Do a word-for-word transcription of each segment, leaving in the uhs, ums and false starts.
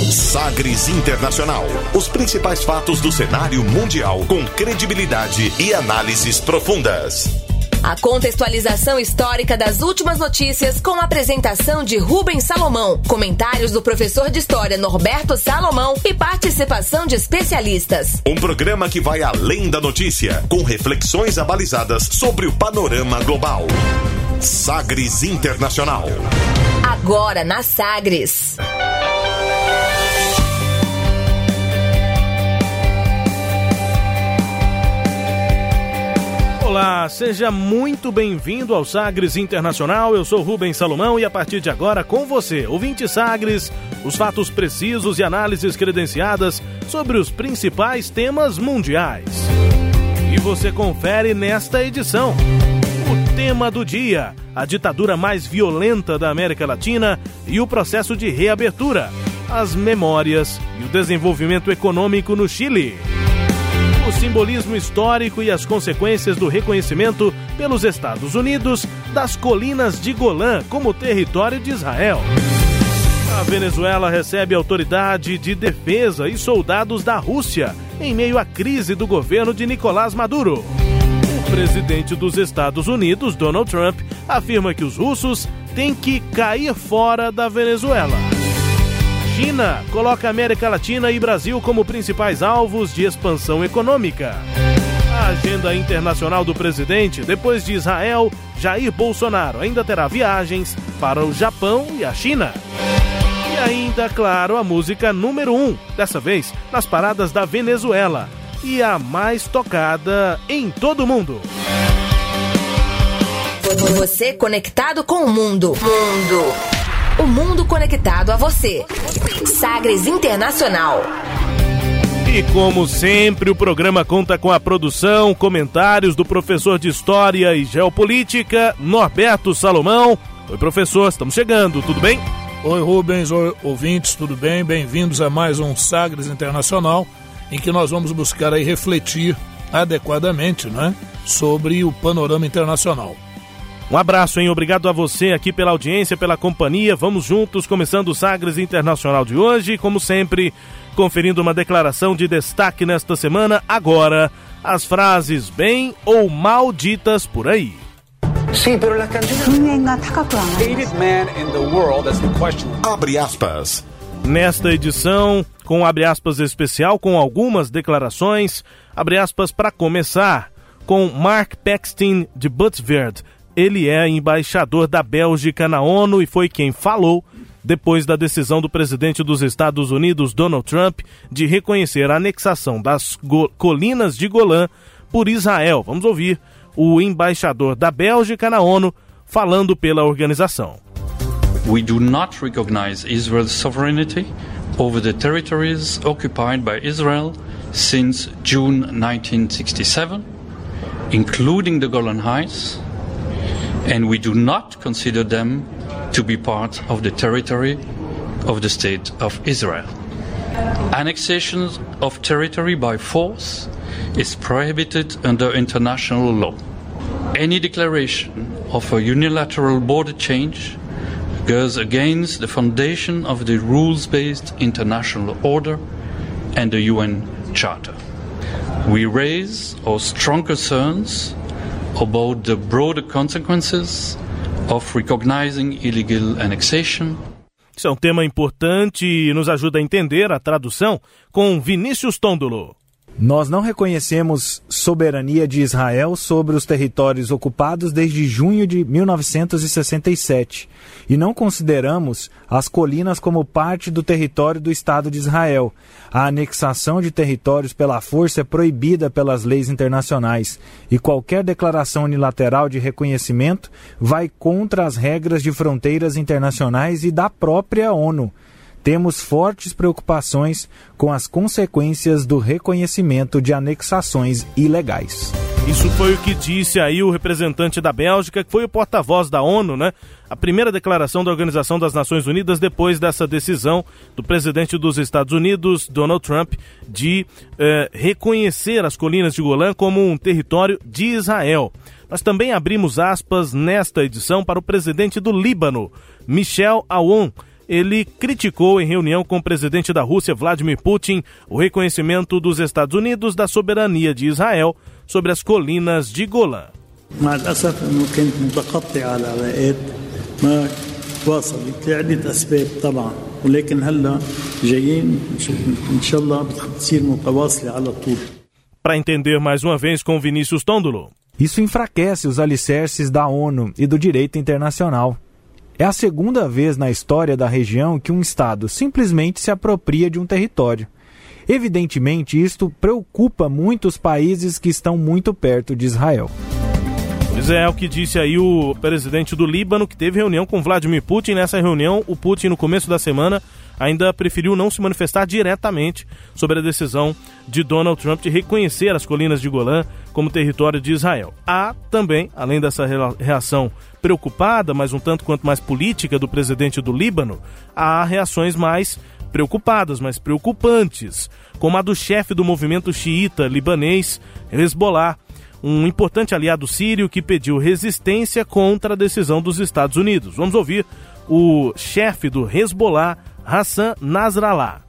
Sagres Internacional. Os principais fatos do cenário mundial com credibilidade e análises profundas. A contextualização histórica das últimas notícias com a apresentação de Rubens Salomão, comentários do professor de História Norberto Salomão e participação de especialistas. Um programa que vai além da notícia, com reflexões abalizadas sobre o panorama global. Sagres Internacional. Agora na Sagres. Olá, seja muito bem-vindo ao Sagres Internacional. Eu sou Rubens Salomão e a partir de agora com você, ouvinte Sagres, os fatos precisos e análises credenciadas sobre os principais temas mundiais. E você confere nesta edição o tema do dia, a ditadura mais violenta da América Latina e o processo de reabertura, as memórias e o desenvolvimento econômico no Chile. O simbolismo histórico e as consequências do reconhecimento pelos Estados Unidos das colinas de Golã como território de Israel. A Venezuela recebe autoridade de defesa e soldados da Rússia em meio à crise do governo de Nicolás Maduro. O presidente dos Estados Unidos, Donald Trump, afirma que os russos têm que cair fora da Venezuela. China coloca América Latina e Brasil como principais alvos de expansão econômica. A agenda internacional do presidente, depois de Israel, Jair Bolsonaro ainda terá viagens para o Japão e a China. E ainda, claro, a música número um, dessa vez nas paradas da Venezuela, e a mais tocada em todo o mundo. Você conectado com o mundo. Mundo. O mundo conectado a você. Sagres Internacional. E como sempre, o programa conta com a produção, comentários do professor de História e Geopolítica, Norberto Salomão. Oi, professor, estamos chegando, tudo bem? Oi, Rubens, oi, ouvintes, tudo bem? Bem-vindos a mais um Sagres Internacional, em que nós vamos buscar aí refletir adequadamente, né, sobre o panorama internacional. Um abraço, hein? Obrigado a você aqui pela audiência, pela companhia. Vamos juntos, começando o Sagres Internacional de hoje. Como sempre, conferindo uma declaração de destaque nesta semana. Agora, as frases bem ou mal ditas por aí. Abre aspas. Nesta edição, com abre aspas especial, com algumas declarações. Abre aspas para começar, com Mark Paxton de Butsverd. Ele é embaixador da Bélgica na ONU e foi quem falou depois da decisão do presidente dos Estados Unidos, Donald Trump, de reconhecer a anexação das go- colinas de Golã por Israel. Vamos ouvir o embaixador da Bélgica na ONU falando pela organização. We do not recognize Israel's sovereignty over the territories occupied by Israel since June nineteen sixty-seven, including the Golan Heights, and we do not consider them to be part of the territory of the State of Israel. Annexation of territory by force is prohibited under international law. Any declaration of a unilateral border change goes against the foundation of the rules-based international order and the U N Charter. We raise our strong concerns about the broader consequences of recognizing illegal annexation. Isso é um tema importante e nos ajuda a entender a tradução com Vinícius Tondolo. Nós não reconhecemos soberania de Israel sobre os territórios ocupados desde junho de mil novecentos e sessenta e sete e não consideramos as colinas como parte do território do Estado de Israel. A anexação de territórios pela força é proibida pelas leis internacionais e qualquer declaração unilateral de reconhecimento vai contra as regras de fronteiras internacionais e da própria ONU. Temos fortes preocupações com as consequências do reconhecimento de anexações ilegais. Isso foi o que disse aí o representante da Bélgica, que foi o porta-voz da ONU, né? A primeira declaração da Organização das Nações Unidas depois dessa decisão do presidente dos Estados Unidos, Donald Trump, de eh, reconhecer as colinas de Golã como um território de Israel. Nós também abrimos aspas nesta edição para o presidente do Líbano, Michel Aoun, ele criticou em reunião com o presidente da Rússia, Vladimir Putin, o reconhecimento dos Estados Unidos da soberania de Israel sobre as colinas de Golã. مع الأسف أنه كنت متقطع على علاقات ما واصلت لعدة أسباب طبعا ولكن هلا جايين إن شاء الله بتصير متواصلة على طول. Para entender mais uma vez com Vinícius Tondolo. Isso enfraquece os alicerces da ONU e do direito internacional. É a segunda vez na história da região que um Estado simplesmente se apropria de um território. Evidentemente, isto preocupa muitos países que estão muito perto de Israel. Pois é, é o que disse aí o presidente do Líbano, que teve reunião com Vladimir Putin. Nessa reunião, o Putin, no começo da semana, ainda preferiu não se manifestar diretamente sobre a decisão de Donald Trump de reconhecer as colinas de Golã como território de Israel. Há também, além dessa reação preocupada, mas um tanto quanto mais política do presidente do Líbano, há reações mais preocupadas, mais preocupantes, como a do chefe do movimento xiita libanês, Hezbollah, um importante aliado sírio que pediu resistência contra a decisão dos Estados Unidos. Vamos ouvir o chefe do Hezbollah, Hassan Nasrallah.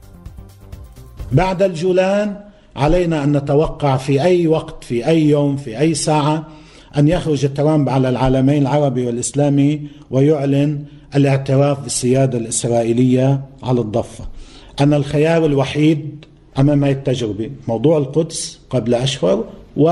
بعد الجولان علينا أن نتوقع في أي وقت في أي يوم في أي ساعة أن يخرج ترامب على العالمين العربي والإسلامي ويعلن الاعتراف بالسيادة الإسرائيلية على الضفة. أن الخيار الوحيد أمام هذه التجربة موضوع القدس قبل أشهر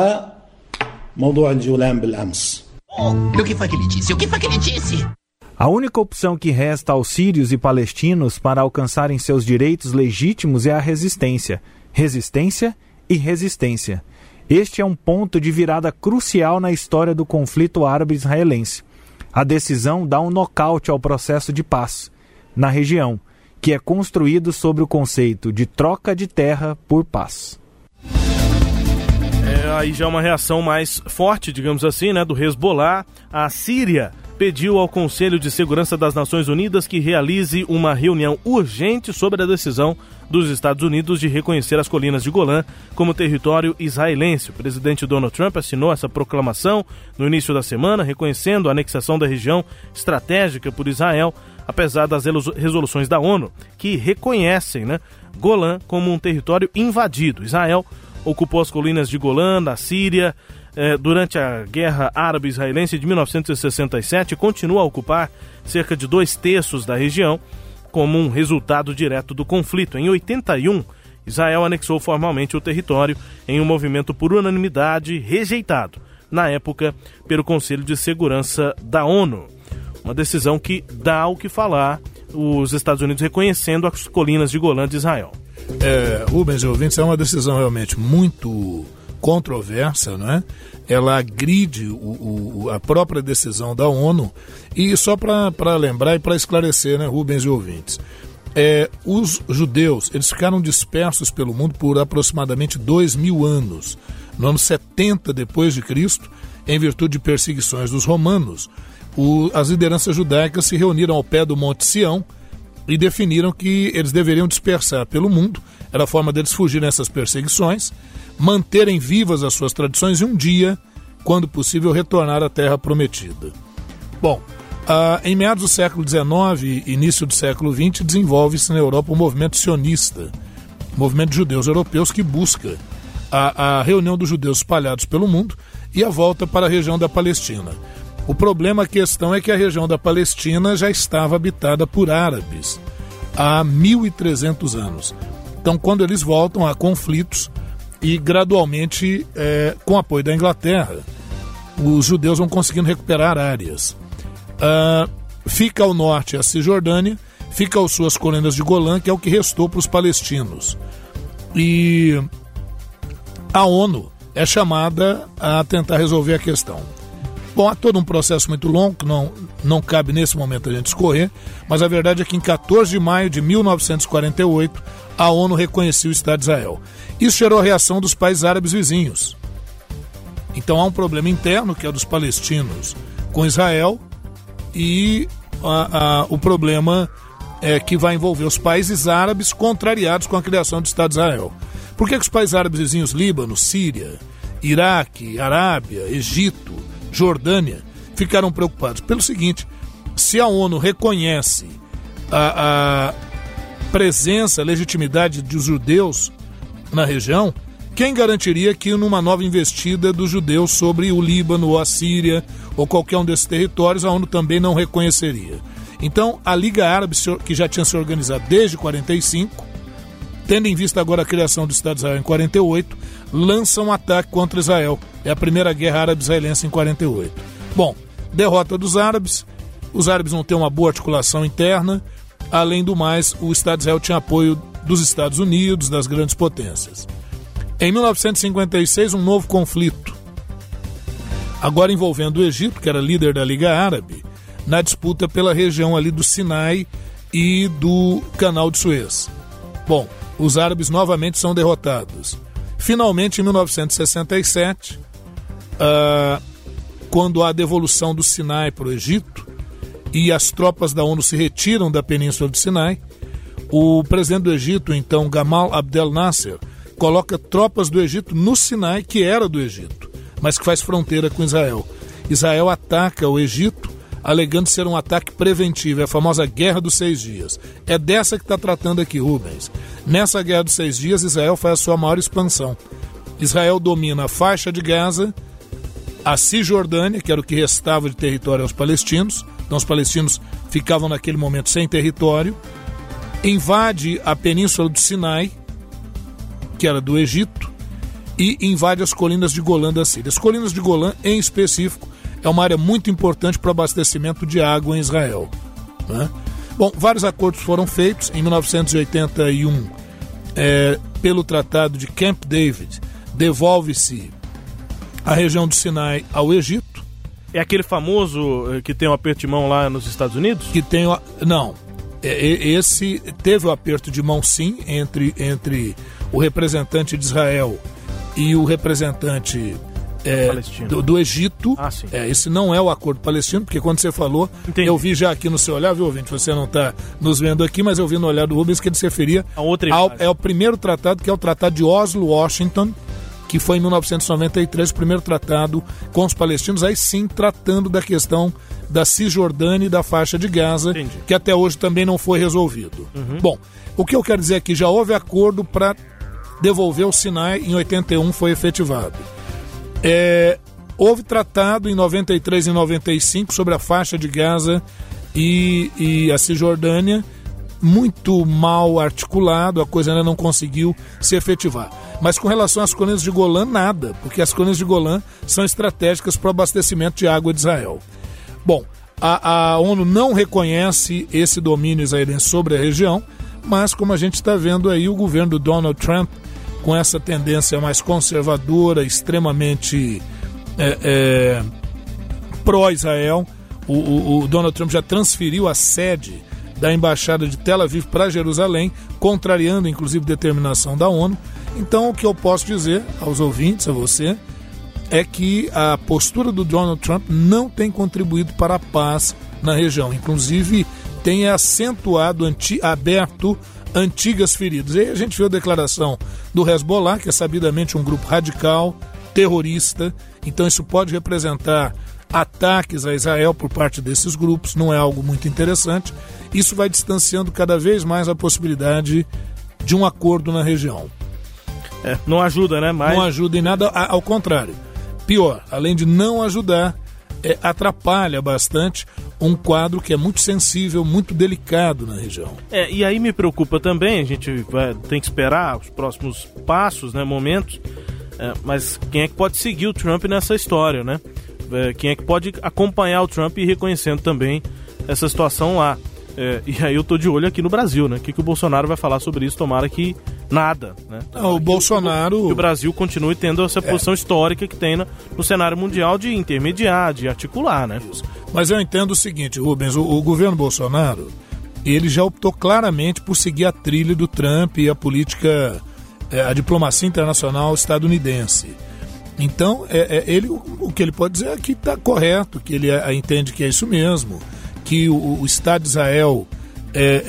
وموضوع الجولان بالأمس. O que foi que ele disse? O que foi que ele disse? A única opção que resta aos sírios e palestinos para alcançarem seus direitos legítimos é a resistência. Resistência e resistência. Este é um ponto de virada crucial na história do conflito árabe-israelense. A decisão dá um nocaute ao processo de paz na região, que é construído sobre o conceito de troca de terra por paz. É, aí já uma reação mais forte, digamos assim, né, do Hezbollah. A Síria pediu ao Conselho de Segurança das Nações Unidas que realize uma reunião urgente sobre a decisão dos Estados Unidos de reconhecer as colinas de Golã como território israelense. O presidente Donald Trump assinou essa proclamação no início da semana, reconhecendo a anexação da região estratégica por Israel, apesar das resoluções da ONU, que reconhecem, né, Golã como um território invadido. Israel ocupou as colinas de Golã, na Síria, durante a Guerra Árabe-Israelense de mil novecentos e sessenta e sete, continua a ocupar cerca de dois terços da região como um resultado direto do conflito. Em oitenta e um, Israel anexou formalmente o território em um movimento por unanimidade rejeitado, na época, pelo Conselho de Segurança da ONU. Uma decisão que dá o que falar, os Estados Unidos reconhecendo as colinas de Golã de Israel. É, Rubens e ouvintes, é uma decisão realmente muito controversa, né? Ela agride o, o, a própria decisão da ONU. E só para lembrar e para esclarecer, né, Rubens e ouvintes, é, os judeus, eles ficaram dispersos pelo mundo por aproximadamente dois mil anos. No ano setenta depois de Cristo, em virtude de perseguições dos romanos, o, as lideranças judaicas se reuniram ao pé do Monte Sião e definiram que eles deveriam dispersar pelo mundo. Era a forma deles fugirem dessas perseguições, manterem vivas as suas tradições e um dia, quando possível, retornar à Terra Prometida. Bom, ah, em meados do século dezenove e início do século vinte, desenvolve-se na Europa o movimento sionista, movimento de judeus europeus que busca a, a reunião dos judeus espalhados pelo mundo e a volta para a região da Palestina. O problema, a questão é que a região da Palestina já estava habitada por árabes há mil e trezentos anos. Então, quando eles voltam, há conflitos e, gradualmente, é, com apoio da Inglaterra, os judeus vão conseguindo recuperar áreas. Ah, fica ao norte a Cisjordânia, fica ao sul as colinas de Golã, que é o que restou para os palestinos. E a ONU é chamada a tentar resolver a questão. Bom, há todo um processo muito longo, que não, não cabe nesse momento a gente escorrer, mas a verdade é que em quatorze de maio de mil novecentos e quarenta e oito, a ONU reconheceu o Estado de Israel. Isso gerou a reação dos países árabes vizinhos. Então há um problema interno, que é o dos palestinos com Israel, e a, a, o problema é que vai envolver os países árabes contrariados com a criação do Estado de Israel. Por que, que os países árabes vizinhos, Líbano, Síria, Iraque, Arábia, Egito, Jordânia, ficaram preocupados? Pelo seguinte, se a ONU reconhece a, a presença, a legitimidade dos judeus na região, quem garantiria que numa nova investida dos judeus sobre o Líbano ou a Síria ou qualquer um desses territórios a ONU também não reconheceria? Então a Liga Árabe, que já tinha se organizado desde quarenta e cinco, tendo em vista agora a criação do Estado de Israel em quarenta e oito, lança um ataque contra Israel. É a primeira guerra árabe-israelense em quarenta e oito. Bom, derrota dos árabes, os árabes não têm uma boa articulação interna, além do mais, o Estado de Israel tinha apoio dos Estados Unidos, das grandes potências. Em mil novecentos e cinquenta e seis, um novo conflito, agora envolvendo o Egito, que era líder da Liga Árabe, na disputa pela região ali do Sinai e do Canal de Suez. Bom, os árabes novamente são derrotados. Finalmente, em mil novecentos e sessenta e sete, uh, quando há a devolução do Sinai para o Egito e as tropas da ONU se retiram da península do Sinai, o presidente do Egito, então Gamal Abdel Nasser, coloca tropas do Egito no Sinai, que era do Egito, mas que faz fronteira com Israel. Israel ataca o Egito, alegando ser um ataque preventivo, é a famosa Guerra dos Seis Dias. É dessa que está tratando aqui, Rubens. Nessa Guerra dos Seis Dias, Israel faz a sua maior expansão. Israel domina a faixa de Gaza, a Cisjordânia, que era o que restava de território aos palestinos, então os palestinos ficavam naquele momento sem território, invade a península do Sinai, que era do Egito, e invade as colinas de Golã da Síria. As colinas de Golã, em específico, é uma área muito importante para o abastecimento de água em Israel, né? Bom, vários acordos foram feitos. Em mil novecentos e oitenta e um, é, pelo Tratado de Camp David, devolve-se a região do Sinai ao Egito. É aquele famoso que tem um aperto de mão lá nos Estados Unidos? Que tem o... Não. Esse teve o aperto de mão, sim, entre, entre o representante de Israel e o representante é, do, do Egito. Ah, sim. É, esse não é o acordo palestino, porque quando você falou, Entendi. Eu vi já aqui no seu olhar, viu, ouvinte? Você não está nos vendo aqui, mas eu vi no olhar do Rubens que ele se referia a outra ao é o primeiro tratado, que é o Tratado de Oslo-Washington, que foi em mil novecentos e noventa e três, o primeiro tratado com os palestinos, aí sim tratando da questão da Cisjordânia e da faixa de Gaza, Entendi. Que até hoje também não foi resolvido. Uhum. Bom, o que eu quero dizer aqui, já houve acordo para devolver o Sinai, em oitenta e um foi efetivado. É, houve tratado em noventa e três e noventa e cinco sobre a faixa de Gaza e, e a Cisjordânia, muito mal articulado, a coisa ainda não conseguiu se efetivar. Mas com relação às colinas de Golã, nada, porque as colinas de Golã são estratégicas para o abastecimento de água de Israel. Bom, a, a ONU não reconhece esse domínio israelense sobre a região, mas como a gente está vendo aí, o governo do Donald Trump, com essa tendência mais conservadora, extremamente é, é, pró-Israel, o, o, o Donald Trump já transferiu a sede da Embaixada de Tel Aviv para Jerusalém, contrariando inclusive determinação da ONU. Então o que eu posso dizer aos ouvintes, a você, é que a postura do Donald Trump não tem contribuído para a paz na região, inclusive tem acentuado, anti, aberto antigas feridas. E aí a gente viu a declaração do Hezbollah, que é sabidamente um grupo radical, terrorista, então isso pode representar ataques a Israel por parte desses grupos, não é algo muito interessante. Isso vai distanciando cada vez mais a possibilidade de um acordo na região. É, não ajuda, né? Mas... Não ajuda em nada, ao contrário. Pior, além de não ajudar, é, atrapalha bastante um quadro que é muito sensível, muito delicado na região. É, e aí me preocupa também, a gente vai, tem que esperar os próximos passos, né, momentos, é, mas quem é que pode seguir o Trump nessa história, né? É, quem é que pode acompanhar o Trump e reconhecendo também essa situação lá. É, e aí eu tô de olho aqui no Brasil, né? O que, que o Bolsonaro vai falar sobre isso? Tomara que nada, né? Não, o Bolsonaro... Que o Brasil continue tendo essa posição é. histórica que tem no, no cenário mundial de intermediar, de articular, né? Isso. Mas eu entendo o seguinte, Rubens, o, o governo Bolsonaro, ele já optou claramente por seguir a trilha do Trump e a política, é, a diplomacia internacional estadunidense. Então, é, é, ele, o, o que ele pode dizer é que está correto, que ele é, entende que é isso mesmo, que o, o Estado de Israel é,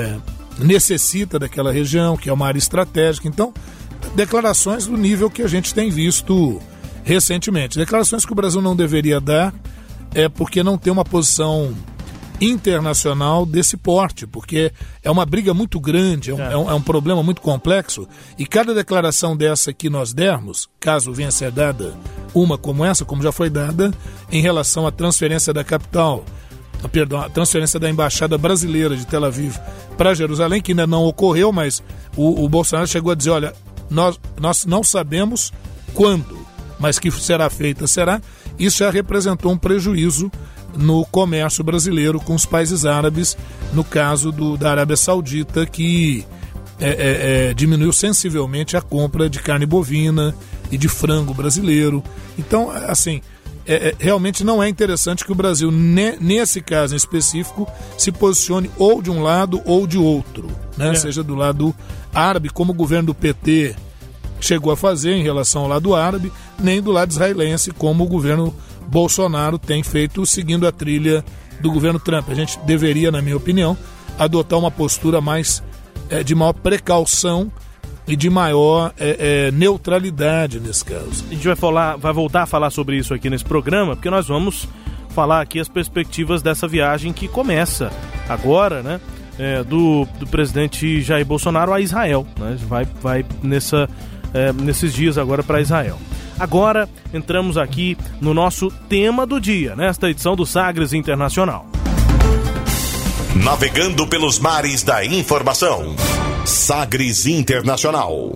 é, necessita daquela região, que é uma área estratégica. Então, declarações do nível que a gente tem visto recentemente. Declarações que o Brasil não deveria dar, é porque não tem uma posição internacional desse porte, porque é uma briga muito grande, é um, é. É um, é um problema muito complexo, e cada declaração dessa que nós dermos, caso venha a ser dada uma como essa, como já foi dada em relação à transferência da capital, a, perdão, a transferência da embaixada brasileira de Tel Aviv para Jerusalém, que ainda não ocorreu, mas o, o Bolsonaro chegou a dizer, olha, nós, nós não sabemos quando, mas que será feita, será. Isso já representou um prejuízo no comércio brasileiro com os países árabes, no caso do, da Arábia Saudita, que é, é, é, diminuiu sensivelmente a compra de carne bovina e de frango brasileiro. Então, assim, é, é, realmente não é interessante que o Brasil, ne, nesse caso em específico, se posicione ou de um lado ou de outro, né? É. Seja do lado árabe, como o governo do P T chegou a fazer em relação ao lado árabe, nem do lado israelense, como o governo Bolsonaro tem feito seguindo a trilha do governo Trump. A gente deveria, na minha opinião, adotar uma postura mais é, de maior precaução e de maior é, é, neutralidade nesse caso. A gente vai, falar, vai voltar a falar sobre isso aqui nesse programa, porque nós vamos falar aqui as perspectivas dessa viagem que começa agora, né, é, do, do presidente Jair Bolsonaro a Israel, né, vai, vai nessa, é, nesses dias agora para Israel. Agora entramos aqui no nosso tema do dia, nesta edição do Sagres Internacional. Navegando pelos mares da informação. Sagres Internacional.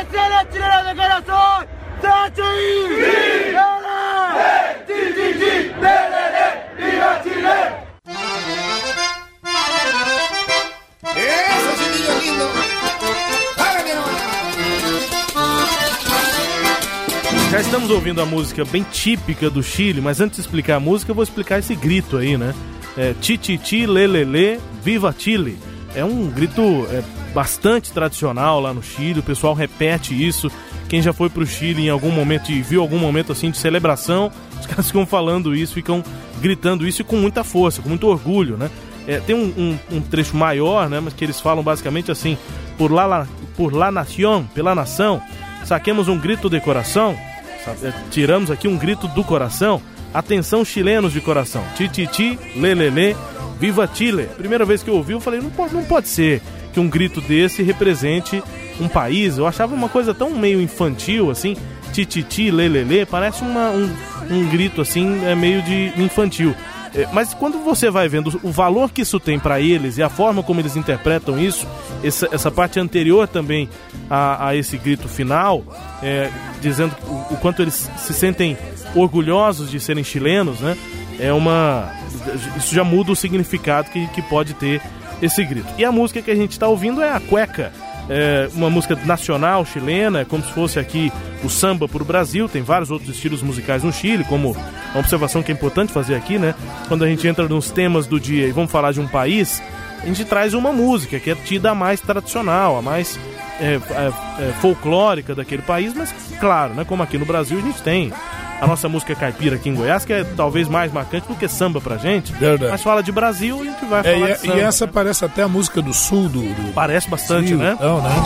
Já estamos ouvindo a música bem típica do Chile, mas antes de explicar a música, eu vou explicar esse grito aí, né? É, Tititi, lelele, viva Chile. É um grito é, bastante tradicional lá no Chile, o pessoal repete isso. Quem já foi pro Chile em algum momento e viu algum momento assim de celebração, os caras ficam falando isso, ficam gritando isso e com muita força, com muito orgulho, né? É, tem um, um, um trecho maior, né? Mas que eles falam basicamente assim, por la, por la nación, pela nação, saquemos um grito de coração. Tiramos aqui um grito do coração. Atenção, chilenos de coração. Tititi, lelele, viva Chile. Primeira vez que eu ouvi, eu falei, não pode, não pode ser que um grito desse represente um país. Eu achava uma coisa tão meio infantil, assim. Tititi, lelele, parece uma, um, um grito, assim, é meio de infantil. É, mas quando você vai vendo o valor que isso tem para eles e a forma como eles interpretam isso, essa, essa parte anterior também a, a esse grito final, é, dizendo o, o quanto eles se sentem orgulhosos de serem chilenos, né? É uma, isso já muda o significado que, que pode ter esse grito. E a música que a gente está ouvindo é a cueca, é uma música nacional chilena, é como se fosse aqui o samba para o Brasil. Tem vários outros estilos musicais no Chile, como uma observação que é importante fazer aqui, né? Quando a gente entra nos temas do dia e vamos falar de um país, a gente traz uma música que é tida a mais tradicional, a mais é, é, é, folclórica daquele país, mas claro, né? Como aqui no Brasil a gente tem a nossa música caipira aqui em Goiás, que é talvez mais marcante do que samba pra gente. Verdade. Mas fala de Brasil e a gente vai falar é, de samba. E essa, né? Parece até a música do sul do... do... Parece bastante, Sim, né? Então, né?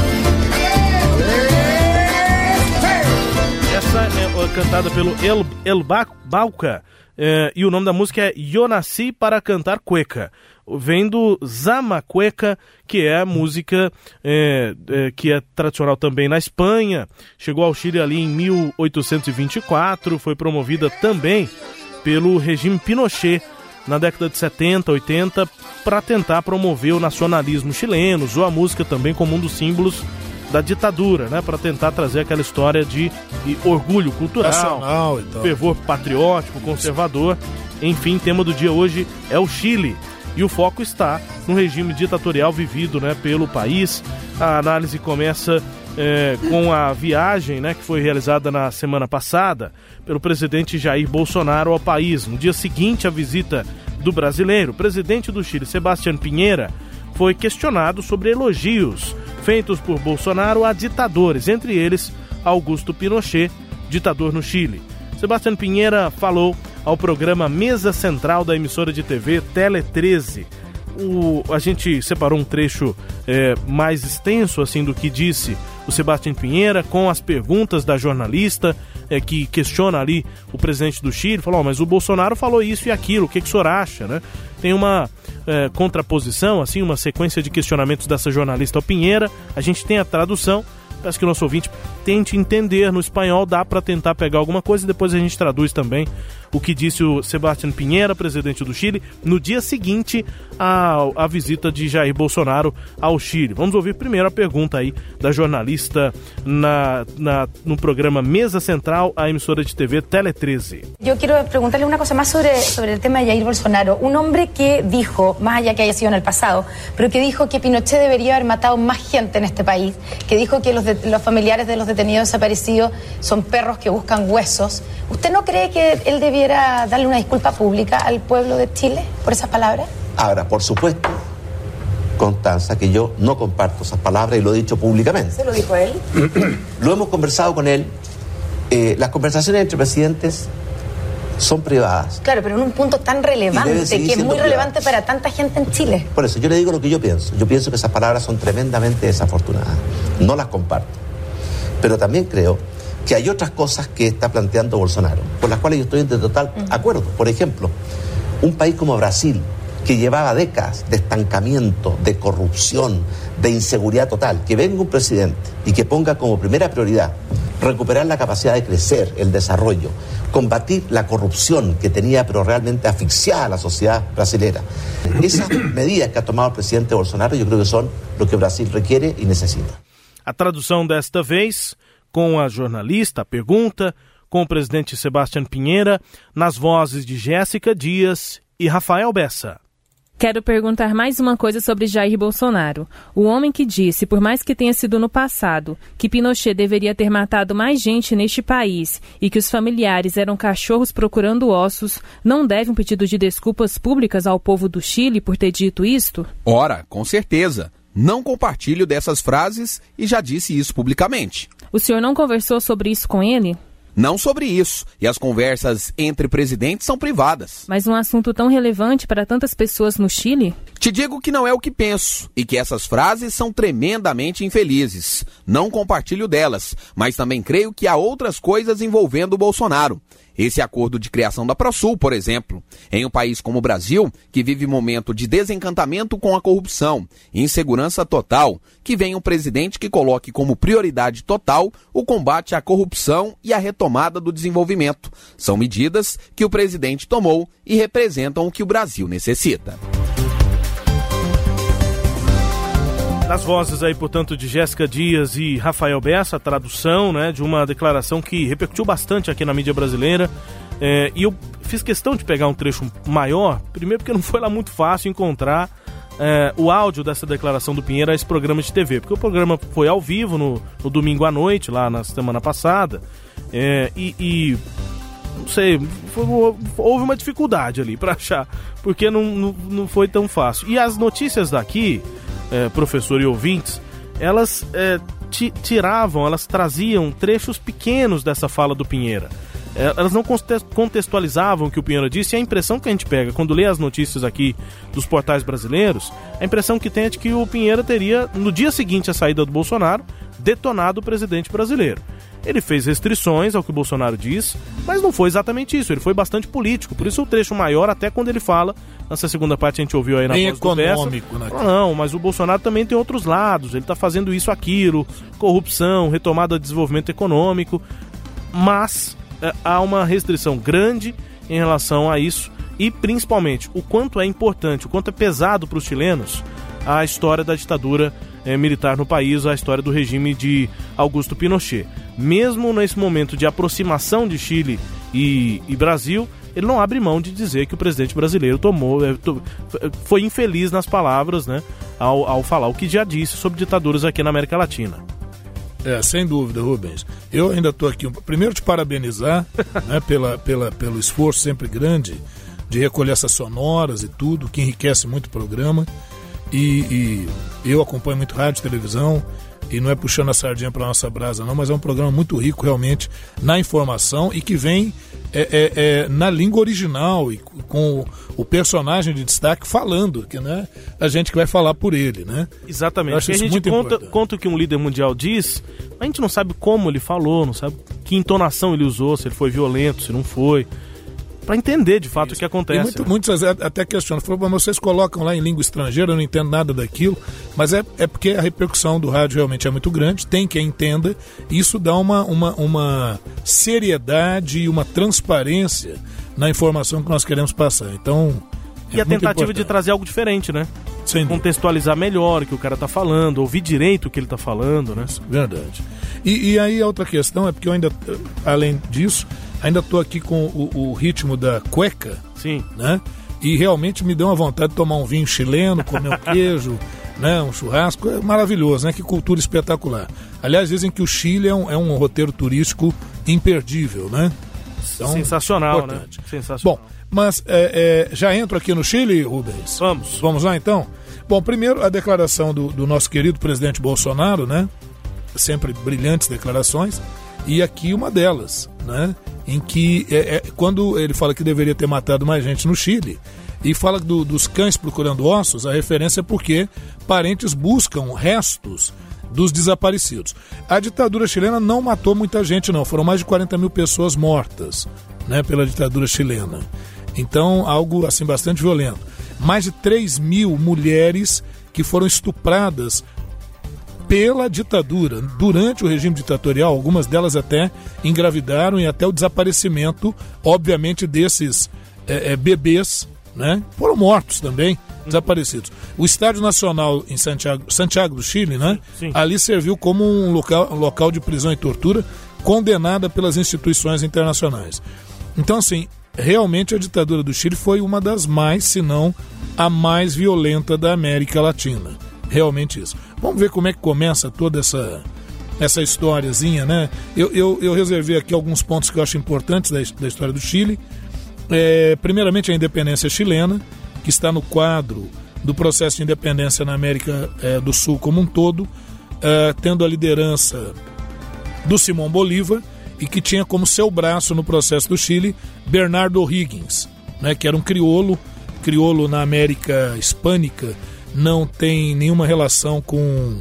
Essa é cantada pelo El, El Bauca, é, e o nome da música é Eu Nasci para Cantar Cueca. Vem do Zama Cueca, que é a música é, é, que é tradicional também na Espanha. Chegou ao Chile ali em mil oitocentos e vinte e quatro, foi promovida também pelo regime Pinochet na década de setenta, oitenta, para tentar promover o nacionalismo chileno. Usou a música também como um dos símbolos da ditadura, né, para tentar trazer aquela história de, de orgulho cultural, nacional e tal, fervor patriótico, conservador. Enfim, tema do dia hoje é o Chile. E o foco está no regime ditatorial vivido, né, pelo país. A análise começa é, com a viagem, né, que foi realizada na semana passada pelo presidente Jair Bolsonaro ao país. No dia seguinte à visita do brasileiro, o presidente do Chile, Sebastián Piñera, foi questionado sobre elogios feitos por Bolsonaro a ditadores, entre eles Augusto Pinochet, ditador no Chile. Sebastián Piñera falou ao programa Mesa Central da emissora de T V Tele treze. O, a gente separou um trecho é, mais extenso assim do que disse o Sebastián Piñera, com as perguntas da jornalista é, que questiona ali o presidente do Chile. Falou, oh, mas o Bolsonaro falou isso e aquilo, o que, que o senhor acha, né? tem uma é, contraposição, assim, uma sequência de questionamentos dessa jornalista ao Pinheira. A gente tem a tradução. Peço que o nosso ouvinte tente entender no espanhol, dá para tentar pegar alguma coisa e depois a gente traduz também o que disse o Sebastián Pinheira, presidente do Chile, no dia seguinte à, à visita de Jair Bolsonaro ao Chile. Vamos ouvir primeiro a pergunta aí da jornalista na, na, no programa Mesa Central, a emissora de T V Tele treze. Eu quero perguntarle uma coisa mais sobre, sobre o tema de Jair Bolsonaro. Um homem que dijo, más allá que haya sido en el pasado, pero que dijo que Pinochet debería haber matado más gente en este país, que dijo que los, de, los familiares de los detenidos desaparecidos son perros que buscan huesos. ¿Usted no cree que él debiera darle una disculpa pública al pueblo de Chile por esas palabras? Ahora, por supuesto, Constanza, que yo no comparto esas palabras y lo he dicho públicamente. ¿Se lo dijo él? Lo hemos conversado con él. Eh, las conversaciones entre presidentes son privadas. Claro, pero en un punto tan relevante, que es muy relevante privadas. para tanta gente en Chile. Por eso, yo le digo lo que yo pienso. Yo pienso que esas palabras son tremendamente desafortunadas. No las comparto. Pero también creo que hay otras cosas que está planteando Bolsonaro, con las cuales yo estoy en total uh-huh. acuerdo. Por ejemplo, un país como Brasil, que llevaba décadas de estancamiento, de corrupción, de inseguridad total, que venga un presidente y que ponga como primera prioridad recuperar la capacidad de crecer, el desarrollo, combatir la corrupción que tenía pero realmente asfixiada a la sociedad brasilera. Esas medidas que ha tomado el presidente Bolsonaro yo creo que son lo que Brasil requiere y necesita. A tradução desta vez, com a jornalista, a pergunta, com o presidente Sebastián Pinheira, nas vozes de Jéssica Dias e Rafael Bessa. Quero perguntar mais uma coisa sobre Jair Bolsonaro. O homem que disse, por mais que tenha sido no passado, que Pinochet deveria ter matado mais gente neste país e que os familiares eram cachorros procurando ossos, não deve um pedido de desculpas públicas ao povo do Chile por ter dito isto? Ora, com certeza. Não compartilho dessas frases e já disse isso publicamente. O senhor não conversou sobre isso com ele? Não sobre isso, e as conversas entre presidentes são privadas. Mas um assunto tão relevante para tantas pessoas no Chile? Te digo que não é o que penso, e que essas frases são tremendamente infelizes. Não compartilho delas, mas também creio que há outras coisas envolvendo o Bolsonaro. Esse acordo de criação da Prosul, por exemplo. Em um país como o Brasil, que vive momento de desencantamento com a corrupção e insegurança total, que venha um presidente que coloque como prioridade total o combate à corrupção e a retomada do desenvolvimento. São medidas que o presidente tomou e representam o que o Brasil necessita. Nas vozes aí, portanto, de Jéssica Dias e Rafael Bessa, a tradução, né, de uma declaração que repercutiu bastante aqui na mídia brasileira. É, e eu fiz questão de pegar um trecho maior, primeiro porque não foi lá muito fácil encontrar é, o áudio dessa declaração do Pinheira a esse programa de T V, porque o programa foi ao vivo no, no domingo à noite, lá na semana passada, é, e, e não sei, foi, houve uma dificuldade ali para achar, porque não, não, não foi tão fácil. E as notícias daqui, É, professor e ouvintes, elas é, t- tiravam, elas traziam trechos pequenos dessa fala do Pinheira. É, elas não contextualizavam o que o Pinheira disse, e a impressão que a gente pega quando lê as notícias aqui dos portais brasileiros, a impressão que tem é de que o Pinheira teria, no dia seguinte à saída do Bolsonaro, detonado o presidente brasileiro. Ele fez restrições ao que o Bolsonaro diz, mas não foi exatamente isso, ele foi bastante político, por isso o trecho maior, até quando ele fala, nessa segunda parte a gente ouviu aí na bem voz do Bessa, econômico, né? Não, mas o Bolsonaro também tem outros lados, ele está fazendo isso, aquilo, corrupção, retomada de desenvolvimento econômico, mas é, há uma restrição grande em relação a isso, e principalmente o quanto é importante, o quanto é pesado para os chilenos a história da ditadura é, militar no país, a história do regime de Augusto Pinochet. Mesmo nesse momento de aproximação de Chile e, e Brasil, ele não abre mão de dizer que o presidente brasileiro tomou, é, to, foi infeliz nas palavras, né, ao, ao falar o que já disse sobre ditaduras aqui na América Latina. É, sem dúvida, Rubens. Eu ainda estou aqui, primeiro te parabenizar né, pela, pela, pelo esforço sempre grande de recolher essas sonoras e tudo, que enriquece muito o programa. E, e eu acompanho muito rádio e televisão, e não é puxando a sardinha para nossa brasa não, mas é um programa muito rico realmente na informação e que vem é, é, é, na língua original e com o personagem de destaque falando, que né, a gente que vai falar por ele, né? Exatamente, porque a gente conta, conta o que um líder mundial diz, a gente não sabe como ele falou, não sabe que entonação ele usou, se ele foi violento, se não foi. para entender de fato Isso. o que acontece. E muito, muitos até questionam, falam, vocês colocam lá em língua estrangeira, eu não entendo nada daquilo, mas é, é porque a repercussão do rádio realmente é muito grande, tem quem entenda, e isso dá uma, uma, uma seriedade e uma transparência na informação que nós queremos passar. Então, é e a tentativa importante. de trazer algo diferente, né? Sem contextualizar dúvida. melhor o que o cara está falando, ouvir direito o que ele está falando, né? Verdade. E, e aí a outra questão é porque eu ainda, além disso, ainda estou aqui com o, o ritmo da cueca. Sim. Né? E realmente me deu uma vontade de tomar um vinho chileno, comer um queijo, né? Um churrasco. É maravilhoso, né? Que cultura espetacular. Aliás, dizem que o Chile é um, é um roteiro turístico imperdível, né? Então, sensacional, importante. né? Sensacional. Bom, mas é, é, já entro aqui no Chile, Rubens? Vamos. Vamos lá, então? Bom, primeiro a declaração do, do nosso querido presidente Bolsonaro, né? Sempre brilhantes declarações, e aqui uma delas, né? Em que, é, é, quando ele fala que deveria ter matado mais gente no Chile, e fala do, dos cães procurando ossos, a referência é porque parentes buscam restos dos desaparecidos. A ditadura chilena não matou muita gente, não. Foram mais de quarenta mil pessoas mortas, né, pela ditadura chilena. Então, algo assim bastante violento. Mais de três mil mulheres que foram estupradas pela ditadura, durante o regime ditatorial, algumas delas até engravidaram, e até o desaparecimento, obviamente, desses é, é, bebês, né, foram mortos também, desaparecidos. O Estádio Nacional em Santiago, Santiago do Chile, né, sim, sim. ali serviu como um local, local de prisão e tortura, condenada pelas instituições internacionais. Então, assim, realmente a ditadura do Chile foi uma das mais, se não a mais violenta da América Latina. Realmente isso. Vamos ver como é que começa toda essa, essa historiazinha, né? Eu, eu, eu reservei aqui alguns pontos que eu acho importantes da, da história do Chile. É, primeiramente, a independência chilena, que está no quadro do processo de independência na América é, do Sul como um todo, é, tendo a liderança do Simão Bolívar, e que tinha como seu braço no processo do Chile Bernardo O'Higgins, né, que era um crioulo, crioulo na América Hispânica, não tem nenhuma relação com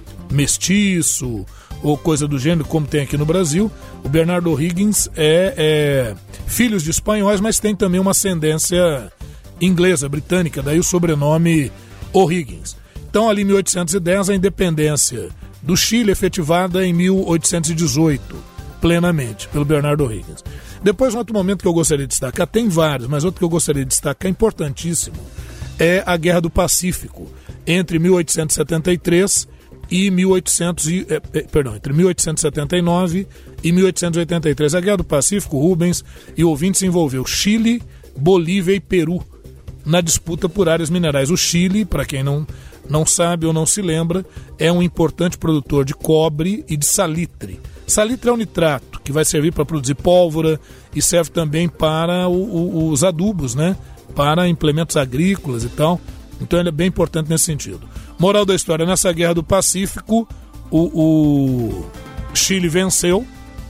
mestiço ou coisa do gênero, como tem aqui no Brasil. O Bernardo O'Higgins é, é filho de espanhóis, mas tem também uma ascendência inglesa, britânica, daí o sobrenome O'Higgins. Então, ali em mil oitocentos e dez, a independência do Chile efetivada em mil oitocentos e dezoito, plenamente, pelo Bernardo O'Higgins. Depois, um outro momento que eu gostaria de destacar, tem vários, mas outro que eu gostaria de destacar, importantíssimo, é a Guerra do Pacífico, entre mil oitocentos e setenta e três e mil e oitocentos e, eh, perdão, entre mil oitocentos e setenta e nove e mil oitocentos e oitenta e três. A Guerra do Pacífico, Rubens e ouvintes, envolveu Chile, Bolívia e Peru na disputa por áreas minerais. O Chile, para quem não, não sabe ou não se lembra, é um importante produtor de cobre e de salitre. Salitre é um nitrato que vai servir para produzir pólvora e serve também para o, o, os adubos, né? Para implementos agrícolas e tal. Então ele é bem importante nesse sentido. Moral da história, nessa Guerra do Pacífico, o, o Chile venceu,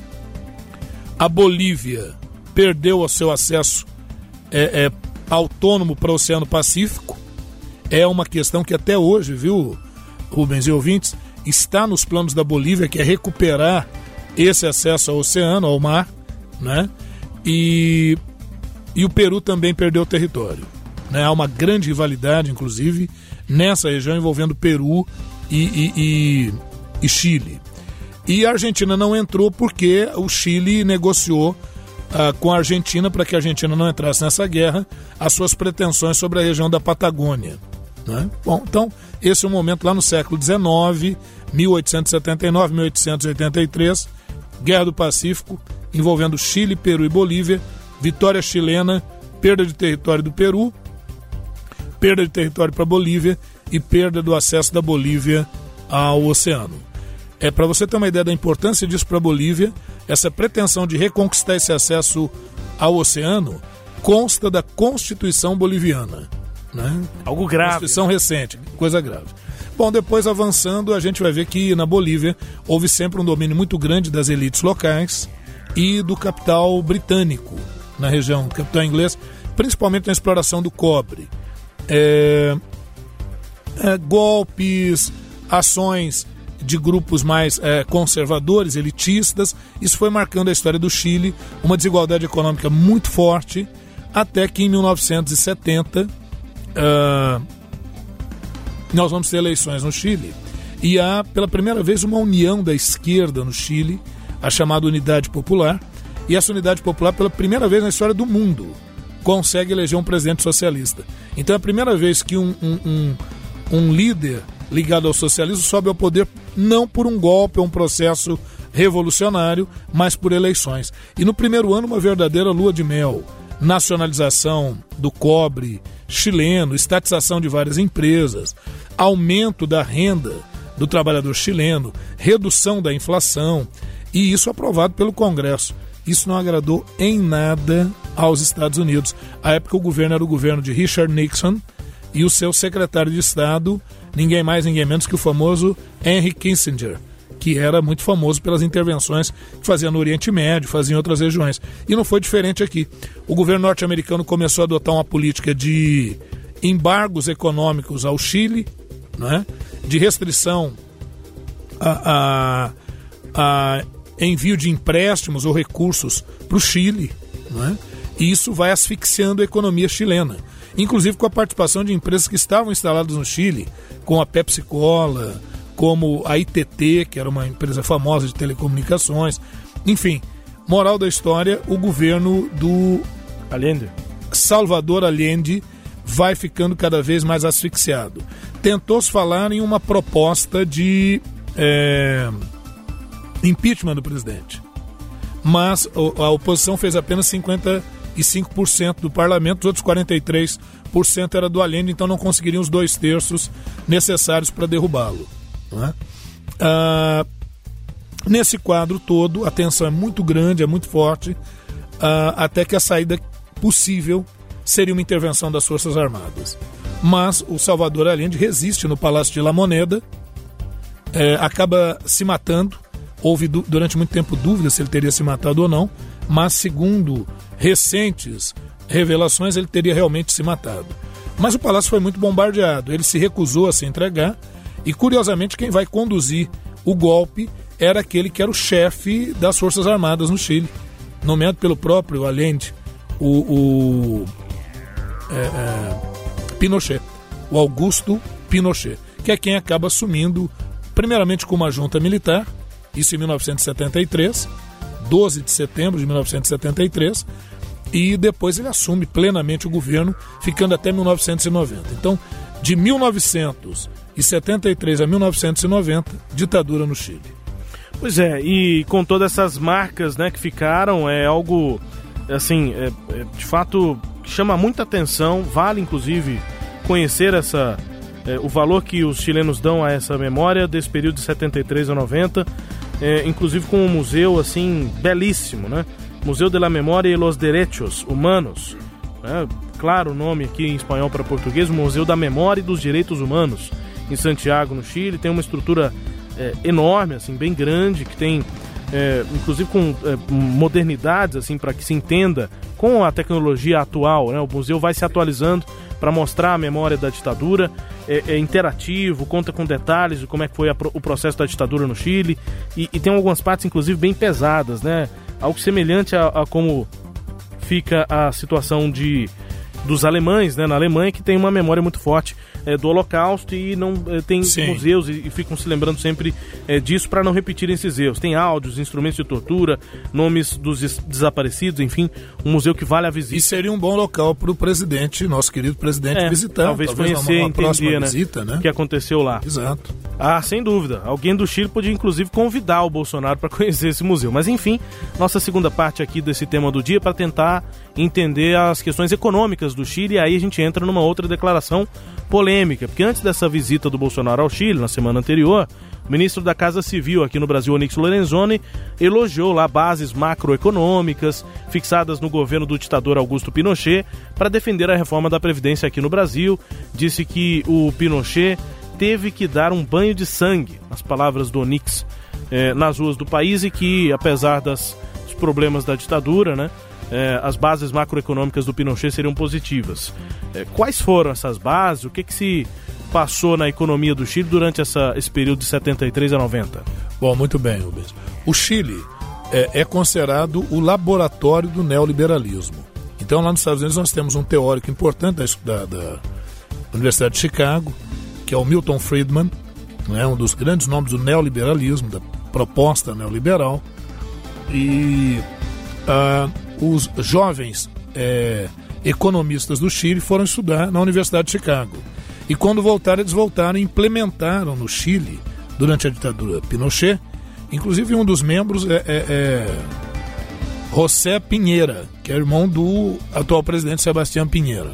a Bolívia perdeu o seu acesso é, é, autônomo para o Oceano Pacífico. É uma questão que até hoje, viu, Rubens e ouvintes, está nos planos da Bolívia, que é recuperar esse acesso ao oceano, ao mar, né? E, e o Peru também perdeu território, né? Há uma grande rivalidade, inclusive, nessa região envolvendo Peru e, e, e, e Chile. E a Argentina não entrou porque o Chile negociou uh, com a Argentina para que a Argentina não entrasse nessa guerra as suas pretensões sobre a região da Patagônia, né? Bom, então, esse é um momento lá no século dezenove, mil oitocentos e setenta e nove, mil oitocentos e oitenta e três, Guerra do Pacífico, envolvendo Chile, Peru e Bolívia, vitória chilena, perda de território do Peru, perda de território para a Bolívia e perda do acesso da Bolívia ao oceano. É, para você ter uma ideia da importância disso para a Bolívia, essa pretensão de reconquistar esse acesso ao oceano consta da Constituição Boliviana, né? Algo grave. Constituição recente, coisa grave. Bom, depois avançando, a gente vai ver que na Bolívia houve sempre um domínio muito grande das elites locais e do capital britânico na região, capital inglês, principalmente na exploração do cobre. É, é, golpes, ações de grupos mais é, conservadores, elitistas, isso foi marcando a história do Chile, uma desigualdade econômica muito forte até que em mil novecentos e setenta uh, nós vamos ter eleições no Chile e há pela primeira vez uma união da esquerda no Chile, a chamada Unidade Popular, e essa Unidade Popular pela primeira vez na história do mundo consegue eleger um presidente socialista. Então é a primeira vez que um, um, um, um líder ligado ao socialismo sobe ao poder não por um golpe ou um processo revolucionário, mas por eleições. E no primeiro ano uma verdadeira lua de mel, nacionalização do cobre chileno, estatização de várias empresas, aumento da renda do trabalhador chileno, redução da inflação, e isso aprovado pelo Congresso. Isso não agradou em nada aos Estados Unidos. À época o governo era o governo de Richard Nixon e o seu secretário de Estado, ninguém mais, ninguém menos que o famoso Henry Kissinger, que era muito famoso pelas intervenções que fazia no Oriente Médio, fazia em outras regiões. E não foi diferente aqui. O governo norte-americano começou a adotar uma política de embargos econômicos ao Chile, né? De restrição a, a, a envio de empréstimos ou recursos para o Chile, né? E isso vai asfixiando a economia chilena, inclusive com a participação de empresas que estavam instaladas no Chile, como a Pepsi Cola, como a I T T, que era uma empresa famosa de telecomunicações. Enfim, moral da história, o governo do Allende. Salvador Allende vai ficando cada vez mais asfixiado. Tentou-se falar em uma proposta de é, impeachment do presidente, mas a oposição fez apenas cinquenta e cinco por cento do parlamento, os outros quarenta e três por cento era do Allende, então não conseguiriam os dois terços necessários para derrubá-lo. Né? Ah, nesse quadro todo, a tensão é muito grande, é muito forte, ah, até que a saída possível seria uma intervenção das Forças Armadas. Mas o Salvador Allende resiste no Palácio de La Moneda, é, acaba se matando. Houve du- durante muito tempo dúvida se ele teria se matado ou não, mas segundo recentes revelações ele teria realmente se matado. Mas o palácio foi muito bombardeado, ele se recusou a se entregar e, curiosamente, quem vai conduzir o golpe era aquele que era o chefe das Forças Armadas no Chile, nomeado pelo próprio Allende, o, o é, é, Pinochet, o Augusto Pinochet, que é quem acaba assumindo primeiramente com uma junta militar, isso em mil novecentos e setenta e três, doze de setembro de mil novecentos e setenta e três, e depois ele assume plenamente o governo, ficando até mil novecentos e noventa. Então, de mil novecentos e setenta e três a mil novecentos e noventa, ditadura no Chile. Pois é, e com todas essas marcas, né, que ficaram, é algo, assim, é, é, de fato, que chama muita atenção, vale inclusive conhecer essa, é, o valor que os chilenos dão a essa memória desse período de setenta e três a noventa, é, inclusive com um museu, assim, belíssimo, né? Museu de la Memoria y los Derechos Humanos, né? Claro o nome aqui em espanhol para português, Museu da Memória e dos Direitos Humanos, em Santiago, no Chile. Tem uma estrutura é, enorme, assim, bem grande, que tem, é, inclusive com é, modernidades, assim, para que se entenda com a tecnologia atual, né? O museu vai se atualizando para mostrar a memória da ditadura, é, é interativo, conta com detalhes de como é que foi a, o processo da ditadura no Chile, e, e tem algumas partes, inclusive, bem pesadas, né? Algo semelhante a, a como fica a situação de, dos alemães, né, na Alemanha, que tem uma memória muito forte é, do Holocausto e não é, tem Sim. museus e, e ficam se lembrando sempre é, disso para não repetirem esses erros. Tem áudios, instrumentos de tortura, nomes dos des- desaparecidos, enfim, um museu que vale a visita. E seria um bom local para o presidente, nosso querido presidente, é, visitar. Talvez, talvez conhecer, uma, uma entender, né, visita, né, o que aconteceu lá. Exato. Ah, sem dúvida. Alguém do Chile podia, inclusive, convidar o Bolsonaro para conhecer esse museu. Mas, enfim, nossa segunda parte aqui desse tema do dia para tentar entender as questões econômicas do Chile. E aí a gente entra numa outra declaração polêmica. Porque antes dessa visita do Bolsonaro ao Chile, na semana anterior, o ministro da Casa Civil aqui no Brasil, Onyx Lorenzoni, elogiou lá bases macroeconômicas fixadas no governo do ditador Augusto Pinochet para defender a reforma da Previdência aqui no Brasil. Disse que o Pinochet teve que dar um banho de sangue, nas palavras do Onyx, eh, nas ruas do país, e que, apesar das, dos problemas da ditadura, né, eh, as bases macroeconômicas do Pinochet seriam positivas. Eh, quais foram essas bases? O que, que se passou na economia do Chile durante essa, esse período de setenta e três a noventa? Bom, muito bem, Rubens. O Chile é, é considerado o laboratório do neoliberalismo. Então, lá nos Estados Unidos, nós temos um teórico importante da, da Universidade de Chicago, que é o Milton Friedman, né, um dos grandes nomes do neoliberalismo, da proposta neoliberal. E uh, os jovens é, economistas do Chile foram estudar na Universidade de Chicago. E quando voltaram, eles voltaram e implementaram no Chile, durante a ditadura Pinochet, inclusive um dos membros é, é, é José Pinheira, que é irmão do atual presidente Sebastião Pinheira.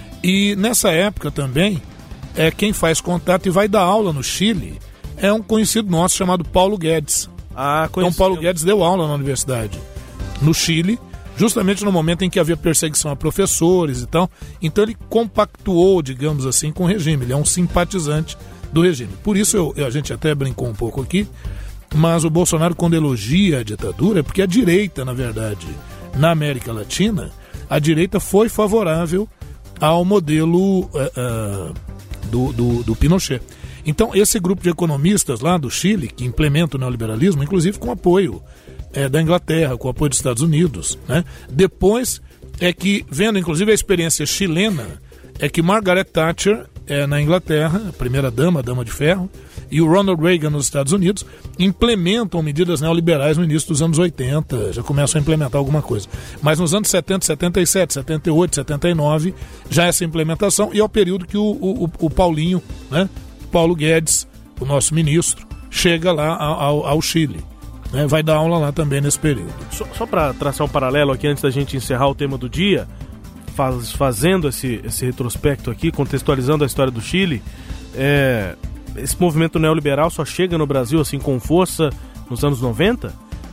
E nessa época também, é, quem faz contato e vai dar aula no Chile é um conhecido nosso chamado Paulo Guedes. Ah, então Paulo Guedes deu aula na universidade no Chile, justamente no momento em que havia perseguição a professores e tal. Então ele compactuou, digamos assim, com o regime. Ele é um simpatizante do regime. Por isso eu, a gente até brincou um pouco aqui, mas o Bolsonaro, quando elogia a ditadura, é porque a direita, na verdade, na América Latina, a direita foi favorável ao modelo uh, uh, do, do, do Pinochet. Então, esse grupo de economistas lá do Chile, que implementa o neoliberalismo, inclusive com apoio é, da Inglaterra, com apoio dos Estados Unidos, né? Depois é que, vendo inclusive a experiência chilena, é que Margaret Thatcher, é, na Inglaterra, a primeira dama, a dama de ferro, e o Ronald Reagan nos Estados Unidos implementam medidas neoliberais no início dos anos oitenta, já começam a implementar alguma coisa. Mas nos anos setenta, setenta e sete, setenta e oito, setenta e nove, já essa implementação, e é o período que o, o, o Paulinho, né, Paulo Guedes, o nosso ministro, chega lá ao, ao Chile. Né, vai dar aula lá também nesse período. Só, só para traçar um paralelo aqui, antes da gente encerrar o tema do dia, faz, fazendo esse, esse retrospecto aqui, contextualizando a história do Chile, é... esse movimento neoliberal só chega no Brasil assim com força nos anos noventa?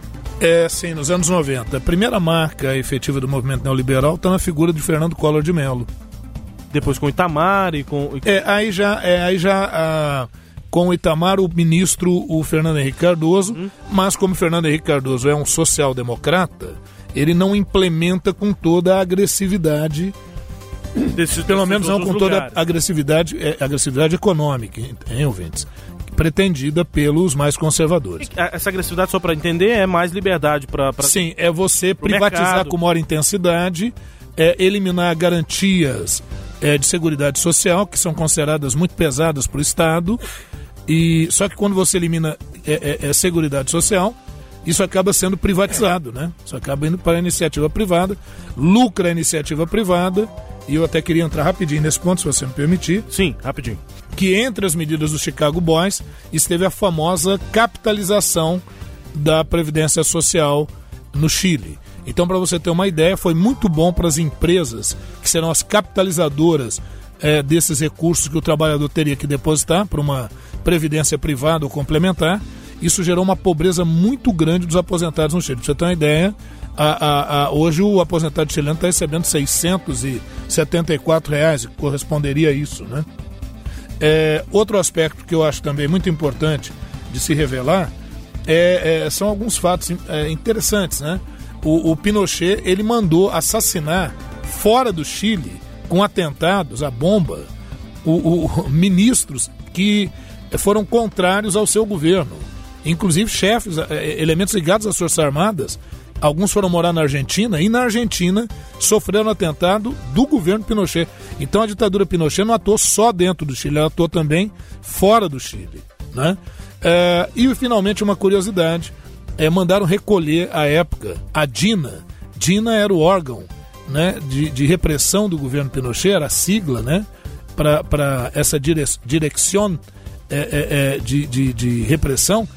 É, sim, nos anos noventa. A primeira marca efetiva do movimento neoliberal está na figura de Fernando Collor de Mello. Depois com Itamar e com... É, aí já, é, aí já ah, com o Itamar, o ministro, o Fernando Henrique Cardoso, hum. mas como o Fernando Henrique Cardoso é um social-democrata, ele não implementa com toda a agressividade... Desses, Pelo menos não com lugares. toda a agressividade, é, agressividade econômica, hein, ouvintes? Pretendida pelos mais conservadores. Essa agressividade, só para entender, é mais liberdade para... Pra... Sim, é você privatizar mercado. Com maior intensidade, é, eliminar garantias é, de seguridade social, que são consideradas muito pesadas para o Estado, e só que quando você elimina é, é, é, seguridade social, isso acaba sendo privatizado, né? Isso acaba indo para a iniciativa privada, lucra a iniciativa privada. E eu até queria entrar rapidinho nesse ponto, se você me permitir. Sim, rapidinho. Que entre as medidas do Chicago Boys esteve a famosa capitalização da Previdência Social no Chile. Então, para você ter uma ideia, foi muito bom para as empresas, que serão as capitalizadoras é, desses recursos que o trabalhador teria que depositar para uma previdência privada ou complementar. Isso gerou uma pobreza muito grande dos aposentados no Chile. Para você ter uma ideia... A, a, a, hoje o aposentado chileno está recebendo seiscentos e setenta e quatro reais, que corresponderia a isso, né? É, outro aspecto que eu acho também muito importante de se revelar é, é, são alguns fatos é, interessantes, né? O, o Pinochet, ele mandou assassinar fora do Chile, com atentados, a bomba, o, o, ministros que foram contrários ao seu governo, inclusive chefes, elementos ligados às Forças Armadas. Alguns foram morar na Argentina e na Argentina sofreram atentado do governo Pinochet. Então a ditadura Pinochet não atuou só dentro do Chile, ela atuou também fora do Chile, né? É, e finalmente uma curiosidade, é, mandaram recolher à época a DINA. DINA era o órgão, né, de, de repressão do governo Pinochet, era a sigla, né, para essa dire, direção é, é, é, de, de, de repressão.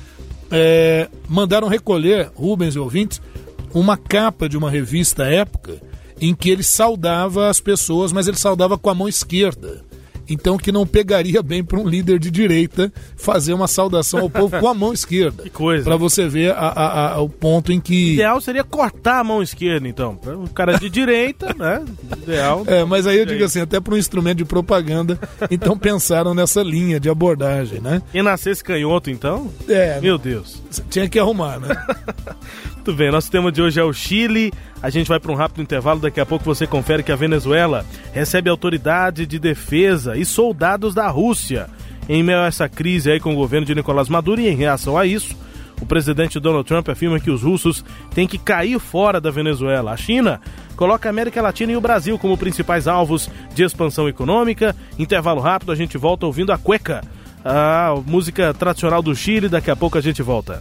É, mandaram recolher, Rubens e ouvintes, uma capa de uma revista à época em que ele saudava as pessoas, mas ele saudava com a mão esquerda. Então que não pegaria bem para um líder de direita fazer uma saudação ao povo com a mão esquerda. Que coisa. Para você ver a, a, a, o ponto em que... O ideal seria cortar a mão esquerda, então. Um cara de direita, né? Ideal. É, mas aí eu digo assim, até para um instrumento de propaganda, então pensaram nessa linha de abordagem, né? E nascesse canhoto, então? É. Meu Deus. Tinha que arrumar, né? Muito bem, nosso tema de hoje é o Chile. A gente vai para um rápido intervalo, daqui a pouco você confere que a Venezuela recebe autoridade de defesa e soldados da Rússia. Em meio a essa crise aí com o governo de Nicolás Maduro, e em reação a isso, O presidente Donald Trump afirma que os russos têm que cair fora da Venezuela. A China coloca a América Latina e o Brasil como principais alvos de expansão econômica. Intervalo rápido, a gente volta ouvindo a cueca, a música tradicional do Chile. Daqui a pouco a gente volta.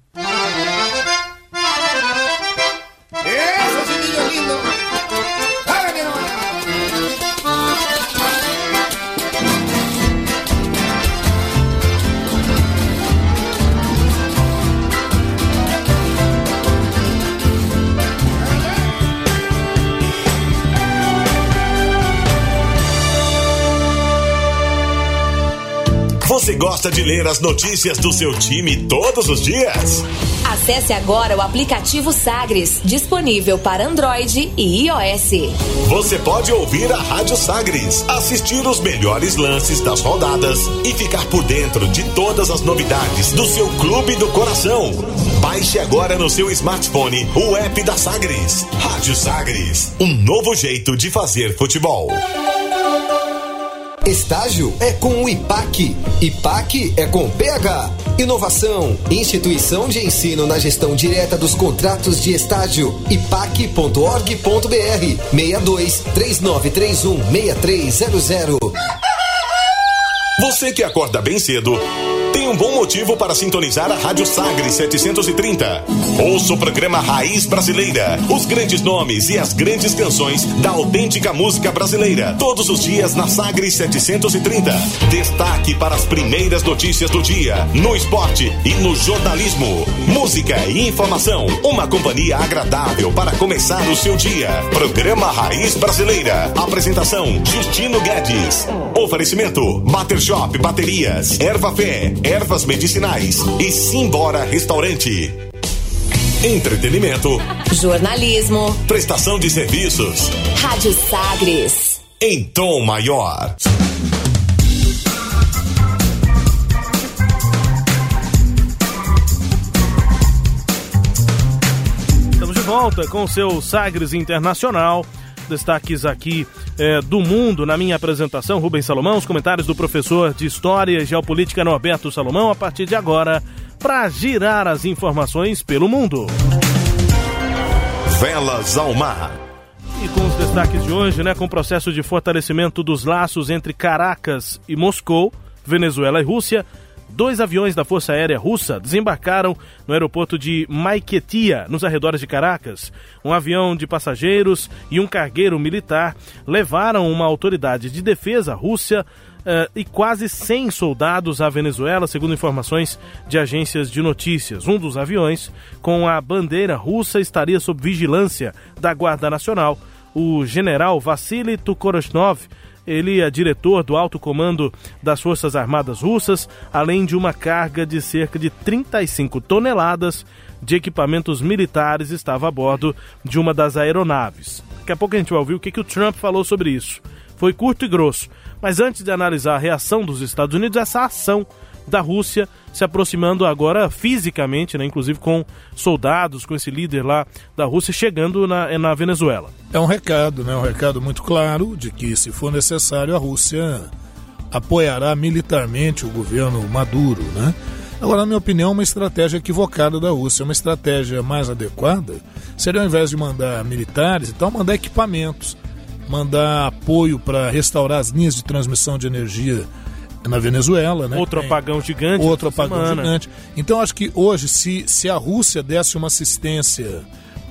Você gosta de ler as notícias do seu time todos os dias? Acesse agora o aplicativo Sagres, disponível para Android e iOS. Você pode ouvir a Rádio Sagres, assistir os melhores lances das rodadas e ficar por dentro de todas as novidades do seu clube do coração. Baixe agora no seu smartphone o app da Sagres. Rádio Sagres, um novo jeito de fazer futebol. Estágio é com o I P A C. I P A C é com P H. Inovação, instituição de ensino na gestão direta dos contratos de estágio. I P A C ponto org ponto br seis dois três nove três um seis três zero zero. Você que acorda bem cedo tem um bom motivo para sintonizar a Rádio Sagres setecentos e trinta. Ouça o programa Raiz Brasileira, os grandes nomes e as grandes canções da autêntica música brasileira, todos os dias na Sagres setecentos e trinta. Destaque para as primeiras notícias do dia, no esporte e no jornalismo. Música e informação, uma companhia agradável para começar o seu dia. Programa Raiz Brasileira. Apresentação Justino Guedes. Oferecimento Bater Shop Baterias, Erva Fé, ervas medicinais e Simbora Restaurante. Entretenimento, jornalismo, prestação de serviços. Rádio Sagres, em tom maior. Estamos de volta com o seu Sagres Internacional. Destaques aqui é, do mundo na minha apresentação, Rubens Salomão, os comentários do professor de História e Geopolítica Norberto Salomão, a partir de agora, para girar as informações pelo mundo. Velas ao mar. E com os destaques de hoje, né, com o processo de fortalecimento dos laços entre Caracas e Moscou, Venezuela e Rússia, dois aviões da Força Aérea Russa desembarcaram no aeroporto de Maiquetia, nos arredores de Caracas. Um avião de passageiros e um cargueiro militar levaram uma autoridade de defesa russa uh, e quase cem soldados à Venezuela, segundo informações de agências de notícias. Um dos aviões, com a bandeira russa, estaria sob vigilância da Guarda Nacional. O general Vassily Tukoroshnov, ele é diretor do alto comando das Forças Armadas Russas, além de uma carga de cerca de trinta e cinco toneladas de equipamentos militares, estava a bordo de uma das aeronaves. Daqui a pouco a gente vai ouvir o que, que o Trump falou sobre isso. Foi curto e grosso, mas antes de analisar a reação dos Estados Unidos, essa ação da Rússia se aproximando agora fisicamente, né, inclusive com soldados, com esse líder lá da Rússia chegando na, na Venezuela. É um recado, né, um recado muito claro de que, se for necessário, a Rússia apoiará militarmente o governo Maduro, né? Agora, na minha opinião, uma estratégia equivocada da Rússia, uma estratégia mais adequada seria, ao invés de mandar militares e tal, mandar equipamentos, mandar apoio para restaurar as linhas de transmissão de energia na Venezuela, né? Outro apagão gigante. Outro apagão semana. gigante. Então, acho que hoje, se, se a Rússia desse uma assistência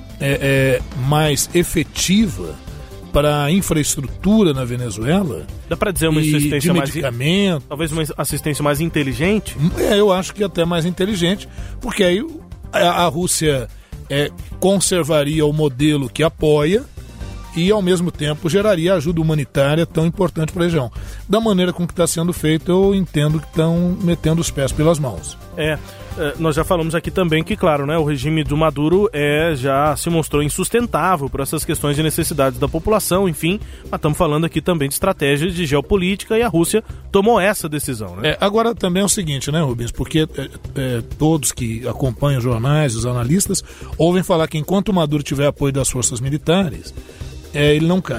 é, é, mais efetiva para a infraestrutura na Venezuela... Dá para dizer uma assistência de mais... medicamento... Talvez uma assistência mais inteligente? É, eu acho que até mais inteligente, porque aí a, a Rússia é, conservaria o modelo que apoia e, ao mesmo tempo, geraria ajuda humanitária tão importante para a região. Da maneira com que está sendo feito, eu entendo que estão metendo os pés pelas mãos. É, nós já falamos aqui também que, claro, né, o regime do Maduro é, já se mostrou insustentável por essas questões de necessidades da população, enfim, mas estamos falando aqui também de estratégias de geopolítica e a Rússia tomou essa decisão, né? É, agora também é o seguinte, né, Rubens, porque é, é, todos que acompanham os jornais, os analistas, ouvem falar que enquanto o Maduro tiver apoio das forças militares, É, ele não cai.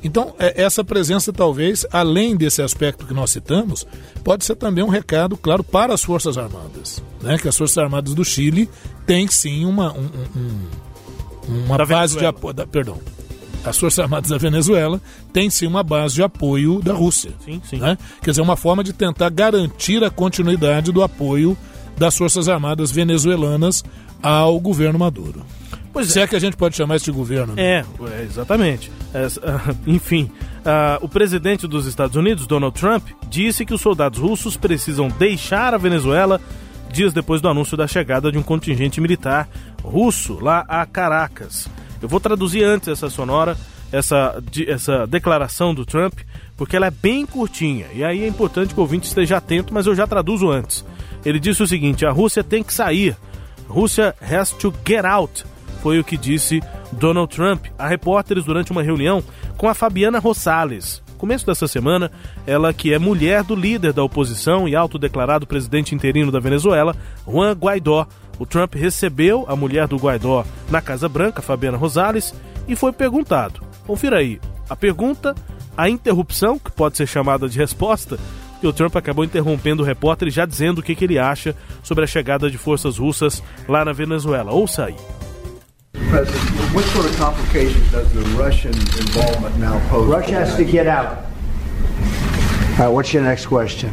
Então, é, essa presença talvez, além desse aspecto que nós citamos, pode ser também um recado, claro, para as Forças Armadas, né? Que as Forças Armadas do Chile têm sim uma, um, um, uma base de apoio, perdão, as Forças Armadas da Venezuela têm sim uma base de apoio da Rússia. Sim, sim. Né? Quer dizer, uma forma de tentar garantir a continuidade do apoio das Forças Armadas venezuelanas ao governo Maduro. Pois Se é. é que a gente pode chamar isso de governo. Né? É, é, exatamente. É, uh, enfim, uh, o presidente dos Estados Unidos, Donald Trump, disse que os soldados russos precisam deixar a Venezuela dias depois do anúncio da chegada de um contingente militar russo lá a Caracas. Eu vou traduzir antes essa sonora, essa, de, essa declaração do Trump, porque ela é bem curtinha. E aí é importante que o ouvinte esteja atento, mas eu já traduzo antes. Ele disse o seguinte: a Rússia tem que sair. Rússia has to get out. Foi o que disse Donald Trump a repórteres durante uma reunião com a Fabiana Rosales. No começo dessa semana, ela que é mulher do líder da oposição e autodeclarado presidente interino da Venezuela, Juan Guaidó. O Trump recebeu a mulher do Guaidó na Casa Branca, Fabiana Rosales, e foi perguntado. Confira aí a pergunta, a interrupção, que pode ser chamada de resposta, que o Trump acabou interrompendo o repórter e já dizendo o que, que ele acha sobre a chegada de forças russas lá na Venezuela. Ouça aí. President, what sort of complications does the Russian involvement now pose? Russia has to get out. All right, what's your next question?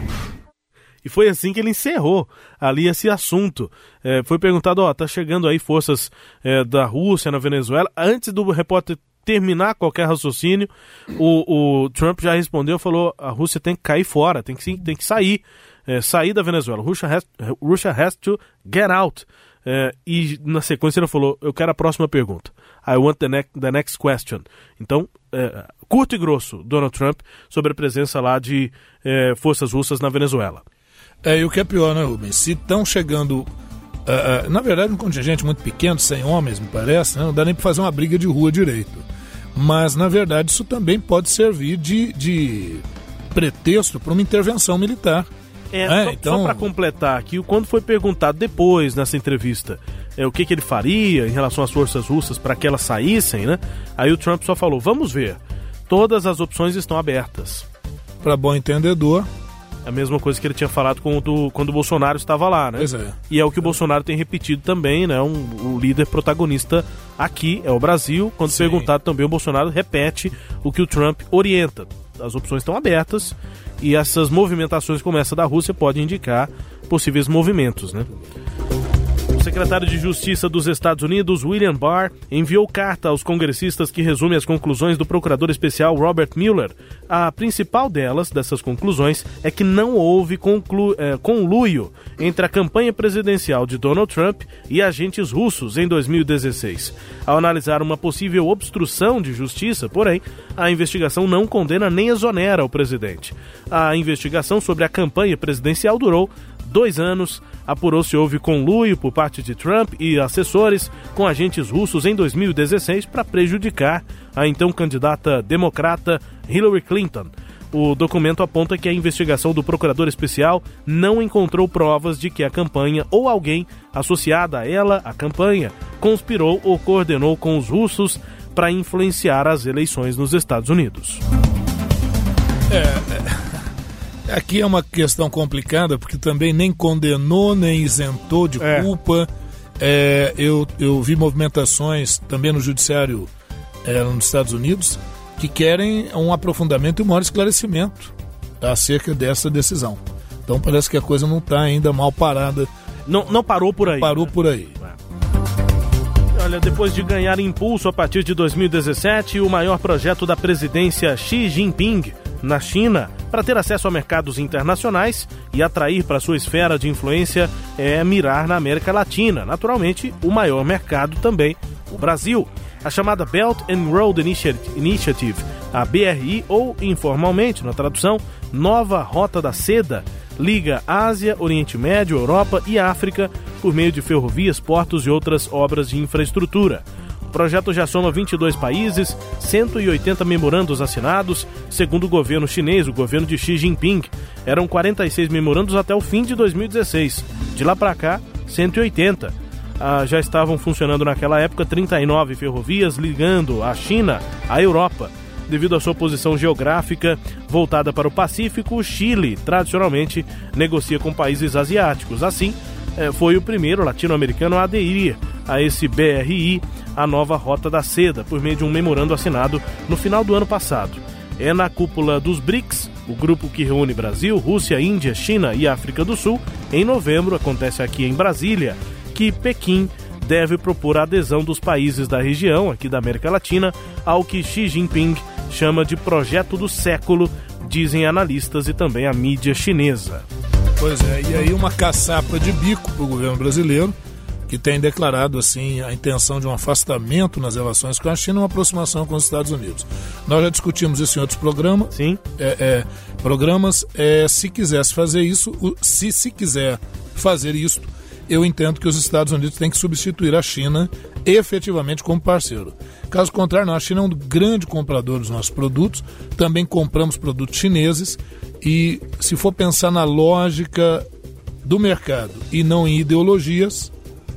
E foi assim que ele encerrou ali esse assunto. É, foi perguntado, ó, tá chegando aí forças é, da Rússia na Venezuela. Antes do repórter terminar qualquer raciocínio, o, o Trump já respondeu, falou, a Rússia tem que cair fora, tem que, tem que sair, é, sair da Venezuela. Russia has, Russia has to get out. É, e na sequência ele falou, eu quero a próxima pergunta. I want the, ne- the next question. Então, é, curto e grosso, Donald Trump, sobre a presença lá de é, forças russas na Venezuela. É, e o que é pior, né, Rubens? Se estão chegando, uh, uh, na verdade, um contingente muito pequeno, cem homens, me parece, né? Não dá nem para fazer uma briga de rua direito. Mas, na verdade, isso também pode servir de, de pretexto para uma intervenção militar. É, é só, então... só para completar aqui, quando foi perguntado depois, nessa entrevista, é, o que, que ele faria em relação às forças russas para que elas saíssem, né? Aí o Trump só falou, vamos ver, todas as opções estão abertas. Para bom entendedor... A mesma coisa que ele tinha falado quando, quando o Bolsonaro estava lá, né? Pois é. E é o que o Bolsonaro tem repetido também, né? Um, o líder protagonista aqui é o Brasil. Quando Sim. perguntado também, o Bolsonaro repete o que o Trump orienta. As opções estão abertas e essas movimentações como essa da Rússia podem indicar possíveis movimentos, né? O secretário de Justiça dos Estados Unidos, William Barr, enviou carta aos congressistas que resume as conclusões do procurador especial Robert Mueller. A principal delas, dessas conclusões, é que não houve conclu- é, conluio entre a campanha presidencial de Donald Trump e agentes russos em dois mil e dezesseis. Ao analisar uma possível obstrução de justiça, porém, a investigação não condena nem exonera o presidente. A investigação sobre a campanha presidencial durou dois anos. Apurou se houve conluio por parte de Trump e assessores com agentes russos em dois mil e dezesseis para prejudicar a então candidata democrata Hillary Clinton. O documento aponta que a investigação do procurador especial não encontrou provas de que a campanha ou alguém associada a ela, a campanha, conspirou ou coordenou com os russos para influenciar as eleições nos Estados Unidos. É... é... Aqui é uma questão complicada, porque também nem condenou, nem isentou de é. culpa. É, eu, eu vi movimentações também no judiciário é, nos Estados Unidos que querem um aprofundamento e um maior esclarecimento acerca dessa decisão. Então parece que a coisa não está ainda mal parada. Não, não parou por aí. Parou né? por aí. Olha, depois de ganhar impulso a partir de dois mil e dezessete, o maior projeto da presidência Xi Jinping na China para ter acesso a mercados internacionais e atrair para sua esfera de influência é mirar na América Latina. Naturalmente, o maior mercado também, o Brasil. A chamada Belt and Road Initiative, a B R I, ou informalmente, na tradução, Nova Rota da Seda, liga Ásia, Oriente Médio, Europa e África por meio de ferrovias, portos e outras obras de infraestrutura. O projeto já soma vinte e dois países, cento e oitenta memorandos assinados, segundo o governo chinês, o governo de Xi Jinping. Eram quarenta e seis memorandos até o fim de dois mil e dezesseis. De lá para cá, cento e oitenta. Ah, já estavam funcionando naquela época trinta e nove ferrovias ligando a China à Europa. devido à sua posição geográfica voltada para o Pacífico. O Chile, tradicionalmente, negocia com países asiáticos. Assim, foi o primeiro latino-americano a aderir a esse B R I, a nova Rota da Seda, por meio de um memorando assinado no final do ano passado. É na cúpula dos BRICS, o grupo que reúne Brasil, Rússia, Índia, China e África do Sul, em novembro, acontece aqui em Brasília, que Pequim deve propor a adesão dos países da região, aqui da América Latina, ao que Xi Jinping chama de projeto do século, dizem analistas e também a mídia chinesa. Pois é, e aí uma caçapa de bico para o governo brasileiro, que tem declarado assim a intenção de um afastamento nas relações com a China e uma aproximação com os Estados Unidos. Nós já discutimos isso em outros programas. Sim. É, é, programas, é, se quisesse fazer isso, se se quiser fazer isso, eu entendo que os Estados Unidos têm que substituir a China efetivamente como parceiro. Caso contrário, não, a China é um grande comprador dos nossos produtos, também compramos produtos chineses e se for pensar na lógica do mercado e não em ideologias,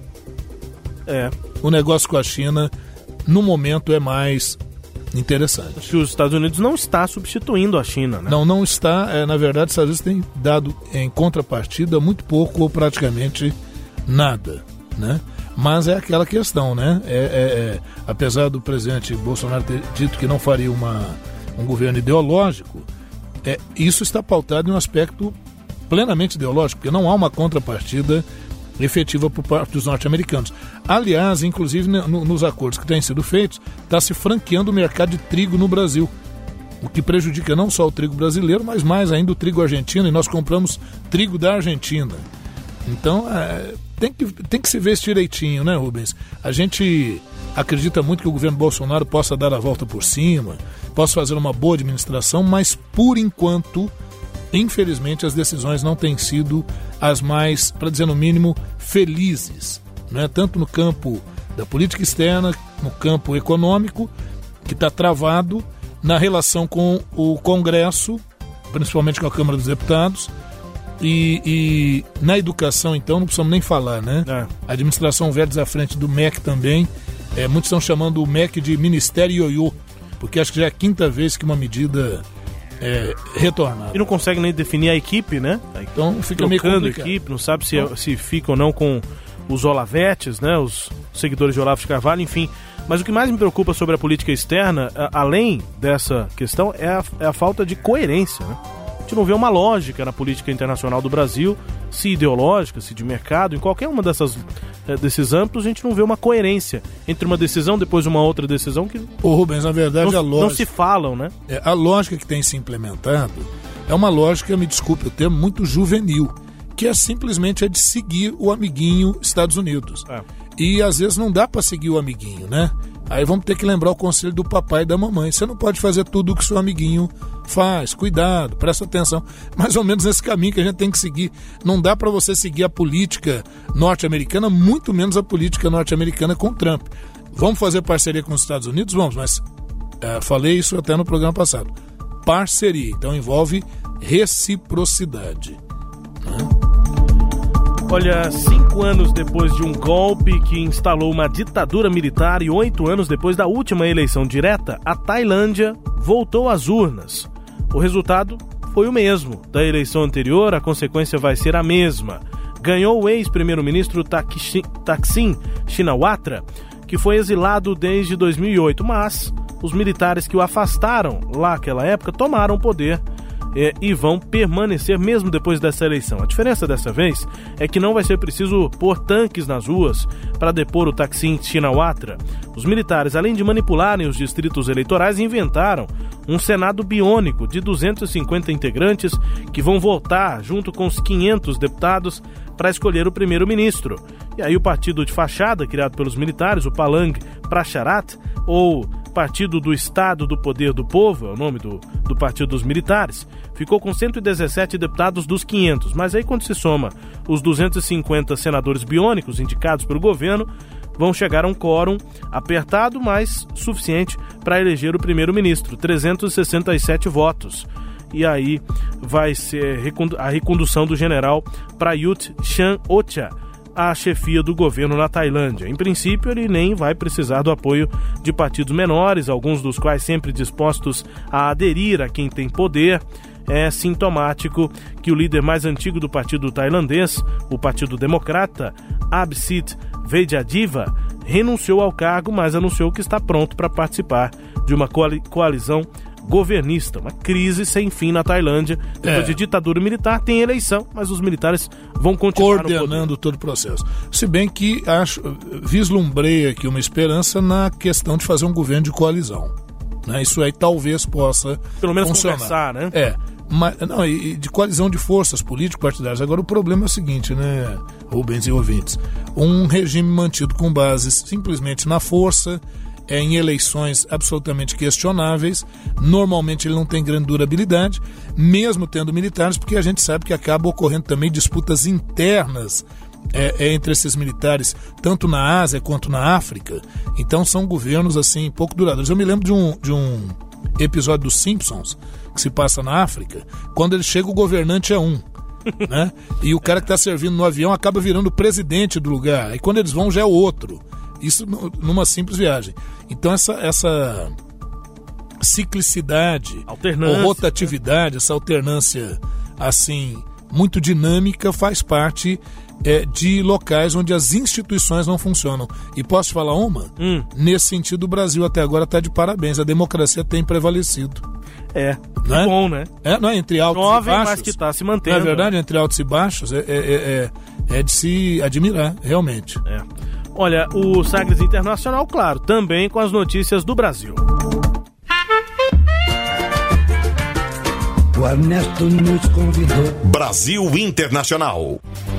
é. o negócio com a China, no momento, é mais interessante. Acho que os Estados Unidos não está substituindo a China, né? Não, não está. É, na verdade, os Estados Unidos têm dado em contrapartida muito pouco ou praticamente nada, né? Mas é aquela questão, né? É, é, é, apesar do presidente Bolsonaro ter dito que não faria uma, um governo ideológico, é, isso está pautado em um aspecto plenamente ideológico, porque não há uma contrapartida efetiva por parte dos norte-americanos. Aliás, inclusive no, nos acordos que têm sido feitos, está se franqueando o mercado de trigo no Brasil, o que prejudica não só o trigo brasileiro, mas mais ainda o trigo argentino, e nós compramos trigo da Argentina. Então, é, tem, que, tem que se ver isso direitinho, né, Rubens? A gente acredita muito que o governo Bolsonaro possa dar a volta por cima, possa fazer uma boa administração, mas, por enquanto, infelizmente, as decisões não têm sido as mais, para dizer no mínimo, felizes, né? Tanto no campo da política externa, no campo econômico, que está travado, na relação com o Congresso, principalmente com a Câmara dos Deputados, e, e na educação, então, não precisamos nem falar, né? É. A administração Verdes à frente do M E C também, é, muitos estão chamando o M E C de Ministério Ioiô, porque acho que já é a quinta vez que uma medida é retornada. E não consegue nem definir a equipe, né? Então fica meio complicado. A equipe, não sabe se, então, se fica ou não com os Olavetes, né? Os seguidores de Olavo de Carvalho, enfim. Mas o que mais me preocupa sobre a política externa, a, além dessa questão, é a, é a falta de coerência, né? A gente não vê uma lógica na política internacional do Brasil, se ideológica, se de mercado, em qualquer uma dessas, desses âmbitos, a gente não vê uma coerência entre uma decisão, depois uma outra decisão que... Ô Rubens, na verdade não, a lógica... não se falam, né? É, a lógica que tem se implementado é uma lógica, me desculpe o termo, muito juvenil, que é simplesmente a de seguir o amiguinho Estados Unidos. É. E às vezes não dá para seguir o amiguinho, né? Aí vamos ter que lembrar o conselho do papai e da mamãe. Você não pode fazer tudo o que seu amiguinho faz. Cuidado, presta atenção. Mais ou menos esse caminho que a gente tem que seguir. Não dá para você seguir a política norte-americana, muito menos a política norte-americana com Trump. Vamos fazer parceria com os Estados Unidos? Vamos, mas é, falei isso até no programa passado. Parceria, então envolve reciprocidade, né? Olha, cinco anos depois de um golpe que instalou uma ditadura militar e oito anos depois da última eleição direta, a Tailândia voltou às urnas. O resultado foi o mesmo da eleição anterior, a consequência vai ser a mesma. Ganhou o ex-primeiro-ministro Thaksin Shinawatra, que foi exilado desde dois mil e oito, mas os militares que o afastaram lá naquela época tomaram o poder É, e vão permanecer mesmo depois dessa eleição. A diferença dessa vez é que não vai ser preciso pôr tanques nas ruas para depor o Thaksin Shinawatra. Os militares, além de manipularem os distritos eleitorais, inventaram um Senado biônico de duzentos e cinquenta integrantes que vão votar junto com os quinhentos deputados para escolher o primeiro-ministro. E aí o partido de fachada, criado pelos militares, o Palang Pracharat, ou Partido do Estado do Poder do Povo, é o nome do, do Partido dos Militares, ficou com cento e dezessete deputados dos quinhentos, mas aí quando se soma os duzentos e cinquenta senadores biônicos indicados pelo governo, vão chegar a um quórum apertado, mas suficiente para eleger o primeiro-ministro, trezentos e sessenta e sete votos. E aí vai ser a recondução do general Prayut Chan-o-cha, à chefia do governo na Tailândia. Em princípio, ele nem vai precisar do apoio de partidos menores, alguns dos quais sempre dispostos a aderir a quem tem poder. É sintomático que o líder mais antigo do partido tailandês, o Partido Democrata, Absit Vejadiva, renunciou ao cargo, mas anunciou que está pronto para participar de uma coalizão governista. Uma crise sem fim na Tailândia. Depois é. de ditadura militar, tem eleição, mas os militares vão continuar coordenando todo o processo. Se bem que acho, vislumbrei aqui uma esperança na questão de fazer um governo de coalizão. Né? Isso aí talvez possa pelo menos funcionar. Conversar, né? É. Mas, não, e de coalizão de forças político-partidárias. Agora o problema é o seguinte, né, Rubens e ouvintes? Um regime mantido com bases simplesmente na força, é, em eleições absolutamente questionáveis, normalmente ele não tem grande durabilidade, mesmo tendo militares, porque a gente sabe que acaba ocorrendo também disputas internas é, é, entre esses militares, tanto na Ásia quanto na África. Então são governos assim pouco duradouros. Eu me lembro de um, de um episódio dos Simpsons que se passa na África, quando ele chega o governante é um, né? E o cara que está servindo no avião acaba virando o presidente do lugar, e quando eles vão já é o outro, isso numa simples viagem. Então essa, essa ciclicidade ou rotatividade, essa alternância assim muito dinâmica faz parte é, de locais onde as instituições não funcionam. E posso te falar uma? Hum. Nesse sentido o Brasil até agora está de parabéns, a democracia tem prevalecido. É, não é bom, né? É, não é? Entre altos Jovem, e baixos. mas que está se mantendo. Não é verdade? Entre altos e baixos é, é, é, é de se admirar, realmente. É. Olha, o Sagres Internacional, claro, também com as notícias do Brasil. O Ernesto nos convidou. Brasil Internacional.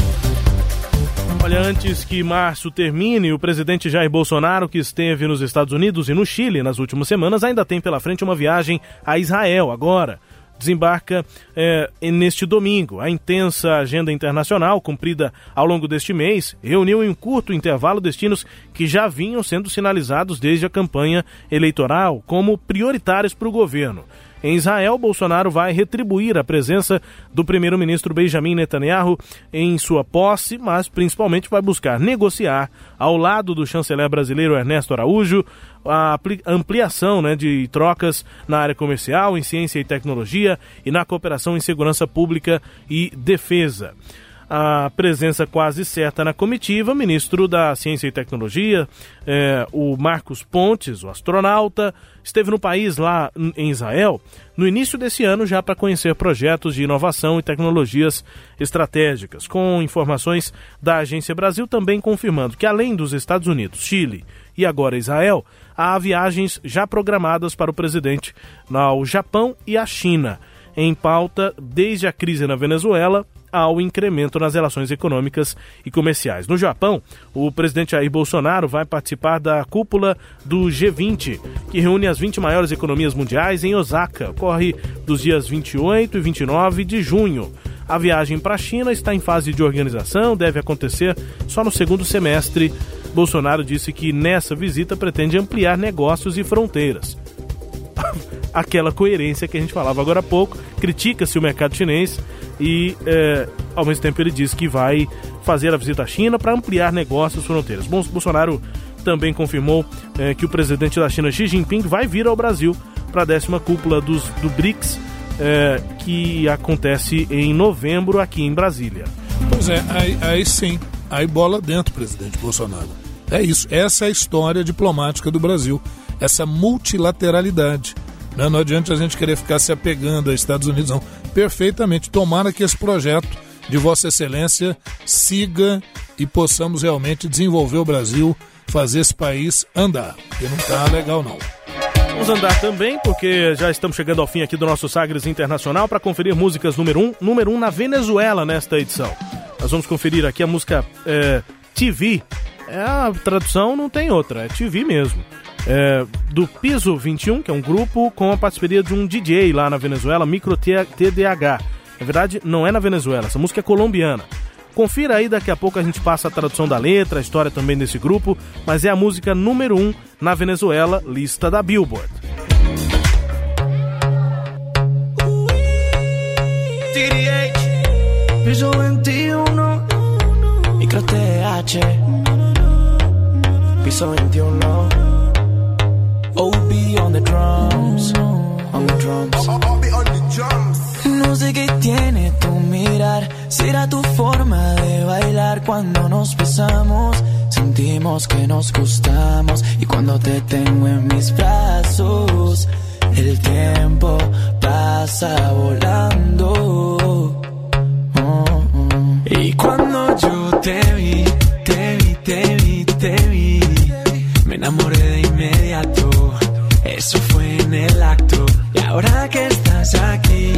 Olha, antes que março termine, o presidente Jair Bolsonaro, que esteve nos Estados Unidos e no Chile nas últimas semanas, ainda tem pela frente uma viagem a Israel agora. Desembarca é, neste domingo. A intensa agenda internacional, cumprida ao longo deste mês, reuniu em um curto intervalo destinos que já vinham sendo sinalizados desde a campanha eleitoral como prioritários para o governo. Em Israel, Bolsonaro vai retribuir a presença do primeiro-ministro Benjamin Netanyahu em sua posse, mas principalmente vai buscar negociar, ao lado do chanceler brasileiro Ernesto Araújo, a ampliação, né, de trocas na área comercial, em ciência e tecnologia e na cooperação em segurança pública e defesa. A presença quase certa na comitiva, ministro da Ciência e Tecnologia, é, o Marcos Pontes, o astronauta, esteve no país lá em Israel no início desse ano já para conhecer projetos de inovação e tecnologias estratégicas, com informações da Agência Brasil também confirmando que além dos Estados Unidos, Chile e agora Israel, há viagens já programadas para o presidente ao Japão e à China, em pauta desde a crise na Venezuela ao incremento nas relações econômicas e comerciais. No Japão, o presidente Jair Bolsonaro vai participar da cúpula do G vinte, que reúne as vinte maiores economias mundiais em Osaka. Ocorre dos dias vinte e oito e vinte e nove de junho. A viagem para a China está em fase de organização, deve acontecer só no segundo semestre. Bolsonaro disse que nessa visita pretende ampliar negócios e fronteiras. Aquela coerência que a gente falava agora há pouco, critica-se o mercado chinês e, é, ao mesmo tempo, ele diz que vai fazer a visita à China para ampliar negócios e fronteiras. Bom, Bolsonaro também confirmou é, que o presidente da China, Xi Jinping, vai vir ao Brasil para a décima cúpula dos, do BRICS, é, que acontece em novembro aqui em Brasília. Pois é, aí, aí sim, aí bola dentro, presidente Bolsonaro. É isso, essa é a história diplomática do Brasil, essa multilateralidade. Não, não adianta a gente querer ficar se apegando aos Estados Unidos, não. Perfeitamente. Tomara que esse projeto de Vossa Excelência siga e possamos realmente desenvolver o Brasil, fazer esse país andar, porque não está legal, não. Vamos andar também, porque já estamos chegando ao fim aqui do nosso Sagres Internacional para conferir músicas número um, número um na Venezuela nesta edição. Nós vamos conferir aqui a música é, T V. É, a tradução não tem outra, é T V mesmo. É, do Piso vinte e um, que é um grupo com a parceria de um D J lá na Venezuela, Micro T D H. Na verdade, não é na Venezuela, essa música é colombiana. Confira aí, daqui a pouco a gente passa a tradução da letra, a história também desse grupo, mas é a música número um na Venezuela, lista da Billboard. Piso veintiuno, Micro T H. Piso veintiuno. O B on the drums, on the drums. O B on the drums. No sé qué tiene tu mirar, será tu forma de bailar. Cuando nos besamos, sentimos que nos gustamos. Y cuando te tengo en mis brazos, el tiempo pasa volando. Oh, oh. Y cuando yo te vi, te vi, te vi, te vi, me enamoré de inmediato. Eso fue en el acto. Y ahora que estás aquí,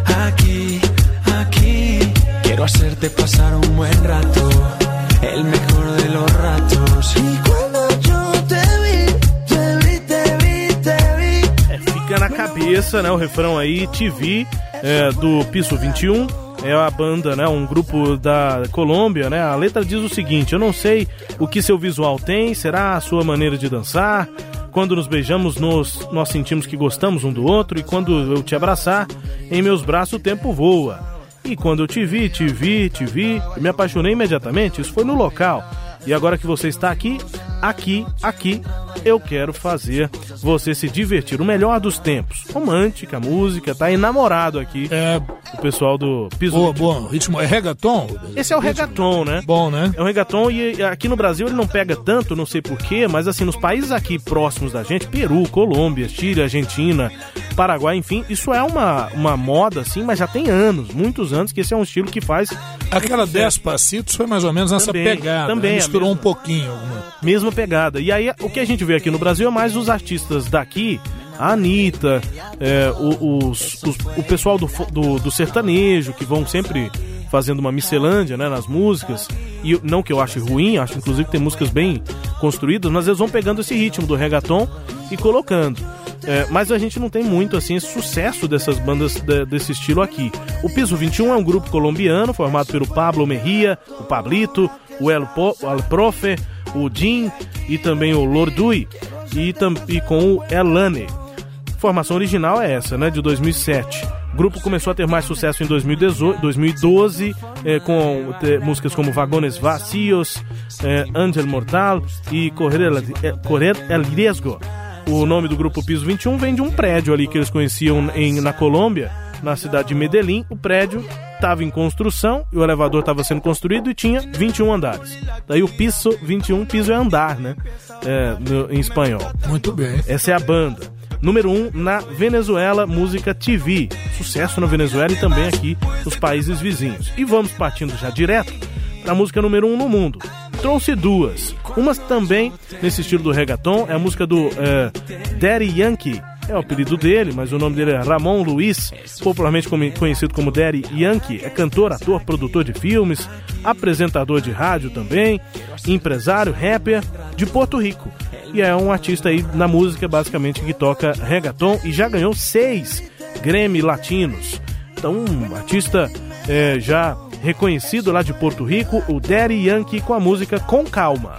aquí, aquí, quiero hacerte pasar un buen rato, el mejor de los ratos. Y cuando yo te vi, te vi, te vi, te vi. É, fica na cabeça, né, o refrão aí, T V, é, do Piso vinte e um. É a banda, né, um grupo da Colômbia, né? A letra diz o seguinte: eu não sei o que seu visual tem, será a sua maneira de dançar? Quando nos beijamos, nos, nós sentimos que gostamos um do outro. E quando eu te abraçar, em meus braços o tempo voa. E quando eu te vi, te vi, te vi, eu me apaixonei imediatamente. Isso foi no local. E agora que você está aqui, aqui, aqui, eu quero fazer você se divertir. O melhor dos tempos. Romântica, música, tá enamorado aqui. É. O pessoal do Piso. Boa, bom, ritmo é reggaeton? Esse é o reggaeton, né? Bom, né? É um reggaeton e aqui no Brasil ele não pega tanto, não sei porquê, mas assim, nos países aqui próximos da gente, Peru, Colômbia, Chile, Argentina, Paraguai, enfim, isso é uma, uma moda, assim, mas já tem anos, muitos anos, que esse é um estilo que faz... Aquela Despacitos foi mais ou menos nessa também, pegada, também, misturou mesma, um pouquinho. Alguma... Mesma pegada. E aí, o que a gente vê aqui no Brasil é mais os artistas daqui, a Anitta, é, os, os, o pessoal do, do, do sertanejo, que vão sempre fazendo uma miscelândia, né, nas músicas. E não que eu ache ruim, acho inclusive que tem músicas bem construídas, mas eles vão pegando esse ritmo do reggaeton e colocando. É, mas a gente não tem muito assim esse sucesso dessas bandas de, desse estilo aqui. O Piso vinte e um é um grupo colombiano formado pelo Pablo Mejia, o Pablito, o El, po, El Profe, o Jim e também o Lordui e, tam, e com o Elane. A formação original é essa, né, de dois mil e sete. O grupo começou a ter mais sucesso em dois mil e dezoito, dois mil e doze, é, com te, músicas como Vagones Vacios, é, Ángel Mortal e Correr el, é, Correr el Riesgo. O nome do grupo Piso vinte e um vem de um prédio ali que eles conheciam em, na Colômbia, na cidade de Medellín. O prédio estava em construção e o elevador estava sendo construído e tinha vinte e um andares. Daí o Piso vinte e um, piso é andar, né? É, no, em espanhol. Muito bem. Essa é a banda. Número um na Venezuela, música T V. Sucesso na Venezuela e também aqui nos países vizinhos. E vamos partindo já direto para a música número um no mundo. Trouxe duas. Uma também nesse estilo do reggaeton, é a música do é, Daddy Yankee. É o apelido dele, mas o nome dele é Ramon Luis, popularmente conhecido como Daddy Yankee. É cantor, ator, produtor de filmes, apresentador de rádio também, empresário, rapper de Porto Rico. E é um artista aí na música, basicamente, que toca reggaeton e já ganhou seis Grammy latinos. Então, um artista é, já reconhecido lá de Porto Rico, o Daddy Yankee, com a música Com Calma.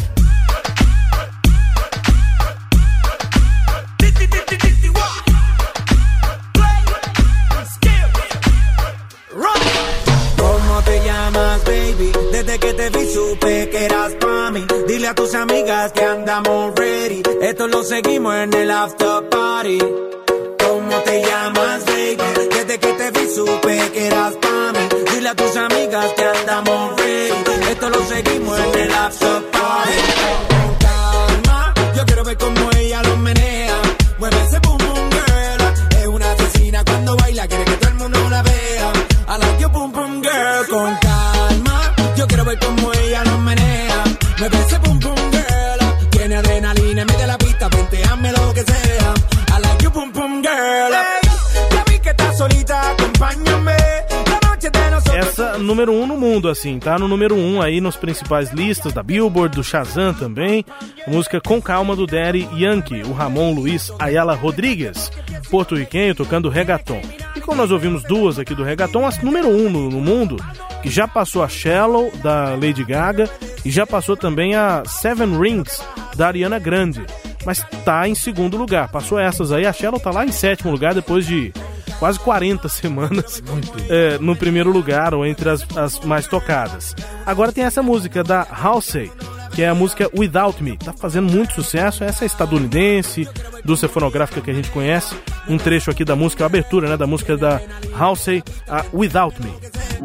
¿Cómo te llamas, baby? Desde que te vi supe que eras pa' mí. Dile a tus amigas que andamos ready. Esto lo seguimos en el after party. ¿Cómo te llamas, baby? Desde que te vi supe que eras pa' mí. Dile a tus amigas que andamos ready. Esto lo seguimos en el after party. Con calma, yo quiero ver cómo ella lo menea. Mueve ese boom boom girl. Es una asesina cuando baila, quiere que todo el mundo la vea. I like your boom boom girl. Con calma, yo quiero ver cómo ella lo menea. Mueve ese boom boom girl. Tiene adrenalina, mete la pista, venteame lo que sea. I like your boom boom girl. Hey, ya vi que estás solita, acompáñame. Essa número um no mundo, assim, tá no número um aí nos principais listas da Billboard, do Shazam também. Música Com Calma do Daddy Yankee, o Ramon Luis Ayala Rodrigues, porto-riquenho, tocando reggaeton. E como nós ouvimos duas aqui do reggaeton, as número um no, no mundo, que já passou a Shallow, da Lady Gaga, e já passou também a Seven Rings, da Ariana Grande. Mas tá em segundo lugar, passou essas aí, a Shallow tá lá em sétimo lugar, depois de quase quarenta semanas é, no primeiro lugar ou entre as, as mais tocadas. Agora tem essa música da Halsey, que é a música Without Me. Tá fazendo muito sucesso. Essa é estadunidense, indústria fonográfica que a gente conhece. Um trecho aqui da música, a abertura, né, da música da Halsey, a Without Me.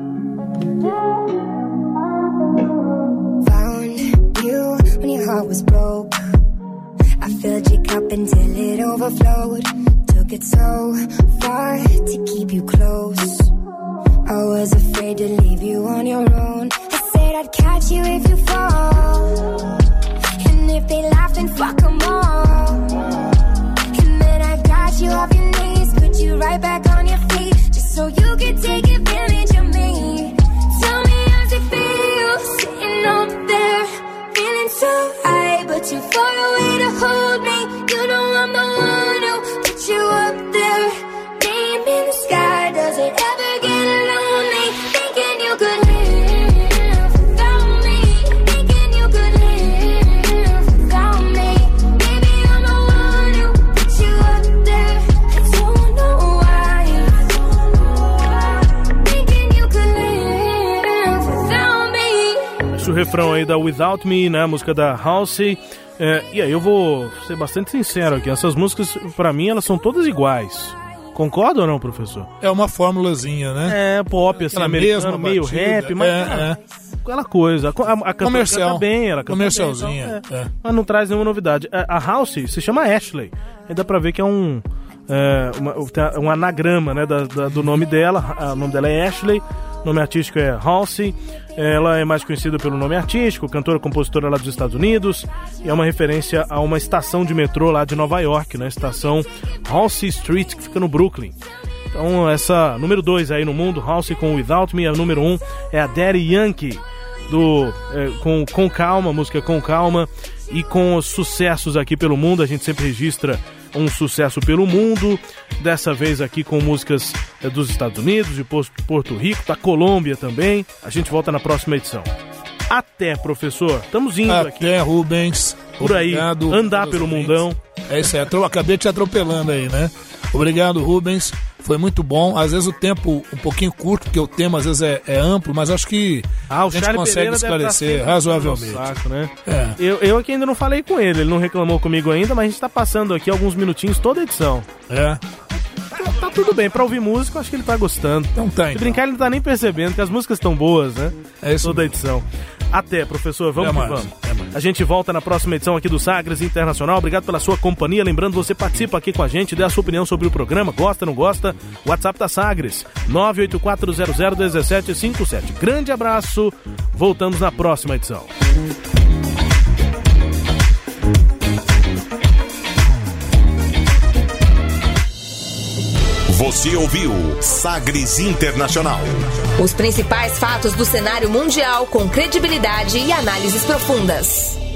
Found you when your heart was broke. I filled your cup until it overflowed. Took it so far to keep you close. I was afraid to leave you on your own. I said I'd catch you if you fall. And if they laugh, then fuck them all. And then I got you off your knees, put you right back on your feet, just so you could take advantage of me. Tell me how's it feel, sitting up there, feeling so high, but too far away to hold me. You know I'm the one who put you up there, name in the sky. Does it ever get lonely, thinking you could live without me, thinking you could live without me? Maybe I'm the one who put you up there, I don't know why, thinking you could live without me. Esse é o refrão aí da Without Me, né, a música da Halsey. É, e aí eu vou ser bastante sincero aqui, essas músicas pra mim elas são todas iguais. Concorda ou não, professor? É uma formulazinha, né? É, pop, assim, americano, meio batida, rap, mas é, cara, é. aquela coisa. A, a cantora canta bem, ela canta comercialzinha, bem, então, é, é. mas não traz nenhuma novidade. A, a Halsey se chama Ashley, aí dá pra ver que é um, é, uma, um anagrama, né, da, da, do nome dela. O nome dela é Ashley, o nome artístico é Halsey. Ela é mais conhecida pelo nome artístico, cantora, compositora lá dos Estados Unidos, e é uma referência a uma estação de metrô lá de Nova York, né? Estação Halsey Street, que fica no Brooklyn. Então essa número dois aí no mundo, Halsey com Without Me. A número um é a Daddy Yankee, do, é, com, com Calma, música Com Calma, e com os sucessos aqui pelo mundo. A gente sempre registra um sucesso pelo mundo, dessa vez aqui com músicas é, dos Estados Unidos, de Porto Rico, da Colômbia também. A gente volta na próxima edição. Até, professor. Estamos indo Até, aqui. Até, Rubens. Por aí, Obrigado, andar pelo ouvintes. Mundão. É isso aí, eu acabei te atropelando aí, né? Obrigado, Rubens. Foi muito bom. Às vezes o tempo um pouquinho curto, porque o tema às vezes é, é amplo, mas acho que ah, a gente Charlie consegue Pereira esclarecer razoavelmente. Saco, né? é. eu, eu aqui ainda não falei com ele, ele não reclamou comigo ainda, mas a gente tá passando aqui alguns minutinhos toda a edição. É. Tá, tá tudo bem, pra ouvir música, eu acho que ele tá gostando. Não tá, Se então. brincar, ele não tá nem percebendo que as músicas estão boas, né? É isso. Toda a edição. Até, professor, vamos é que mais, vamos. É mais. A gente volta na próxima edição aqui do Sagres Internacional. Obrigado pela sua companhia. Lembrando, você participa aqui com a gente, dê a sua opinião sobre o programa. Gosta, não gosta? WhatsApp da Sagres, nove oito quatro zero zero um sete cinco sete. Grande abraço. Voltamos na próxima edição. Você ouviu Sagres Internacional. Os principais fatos do cenário mundial com credibilidade e análises profundas.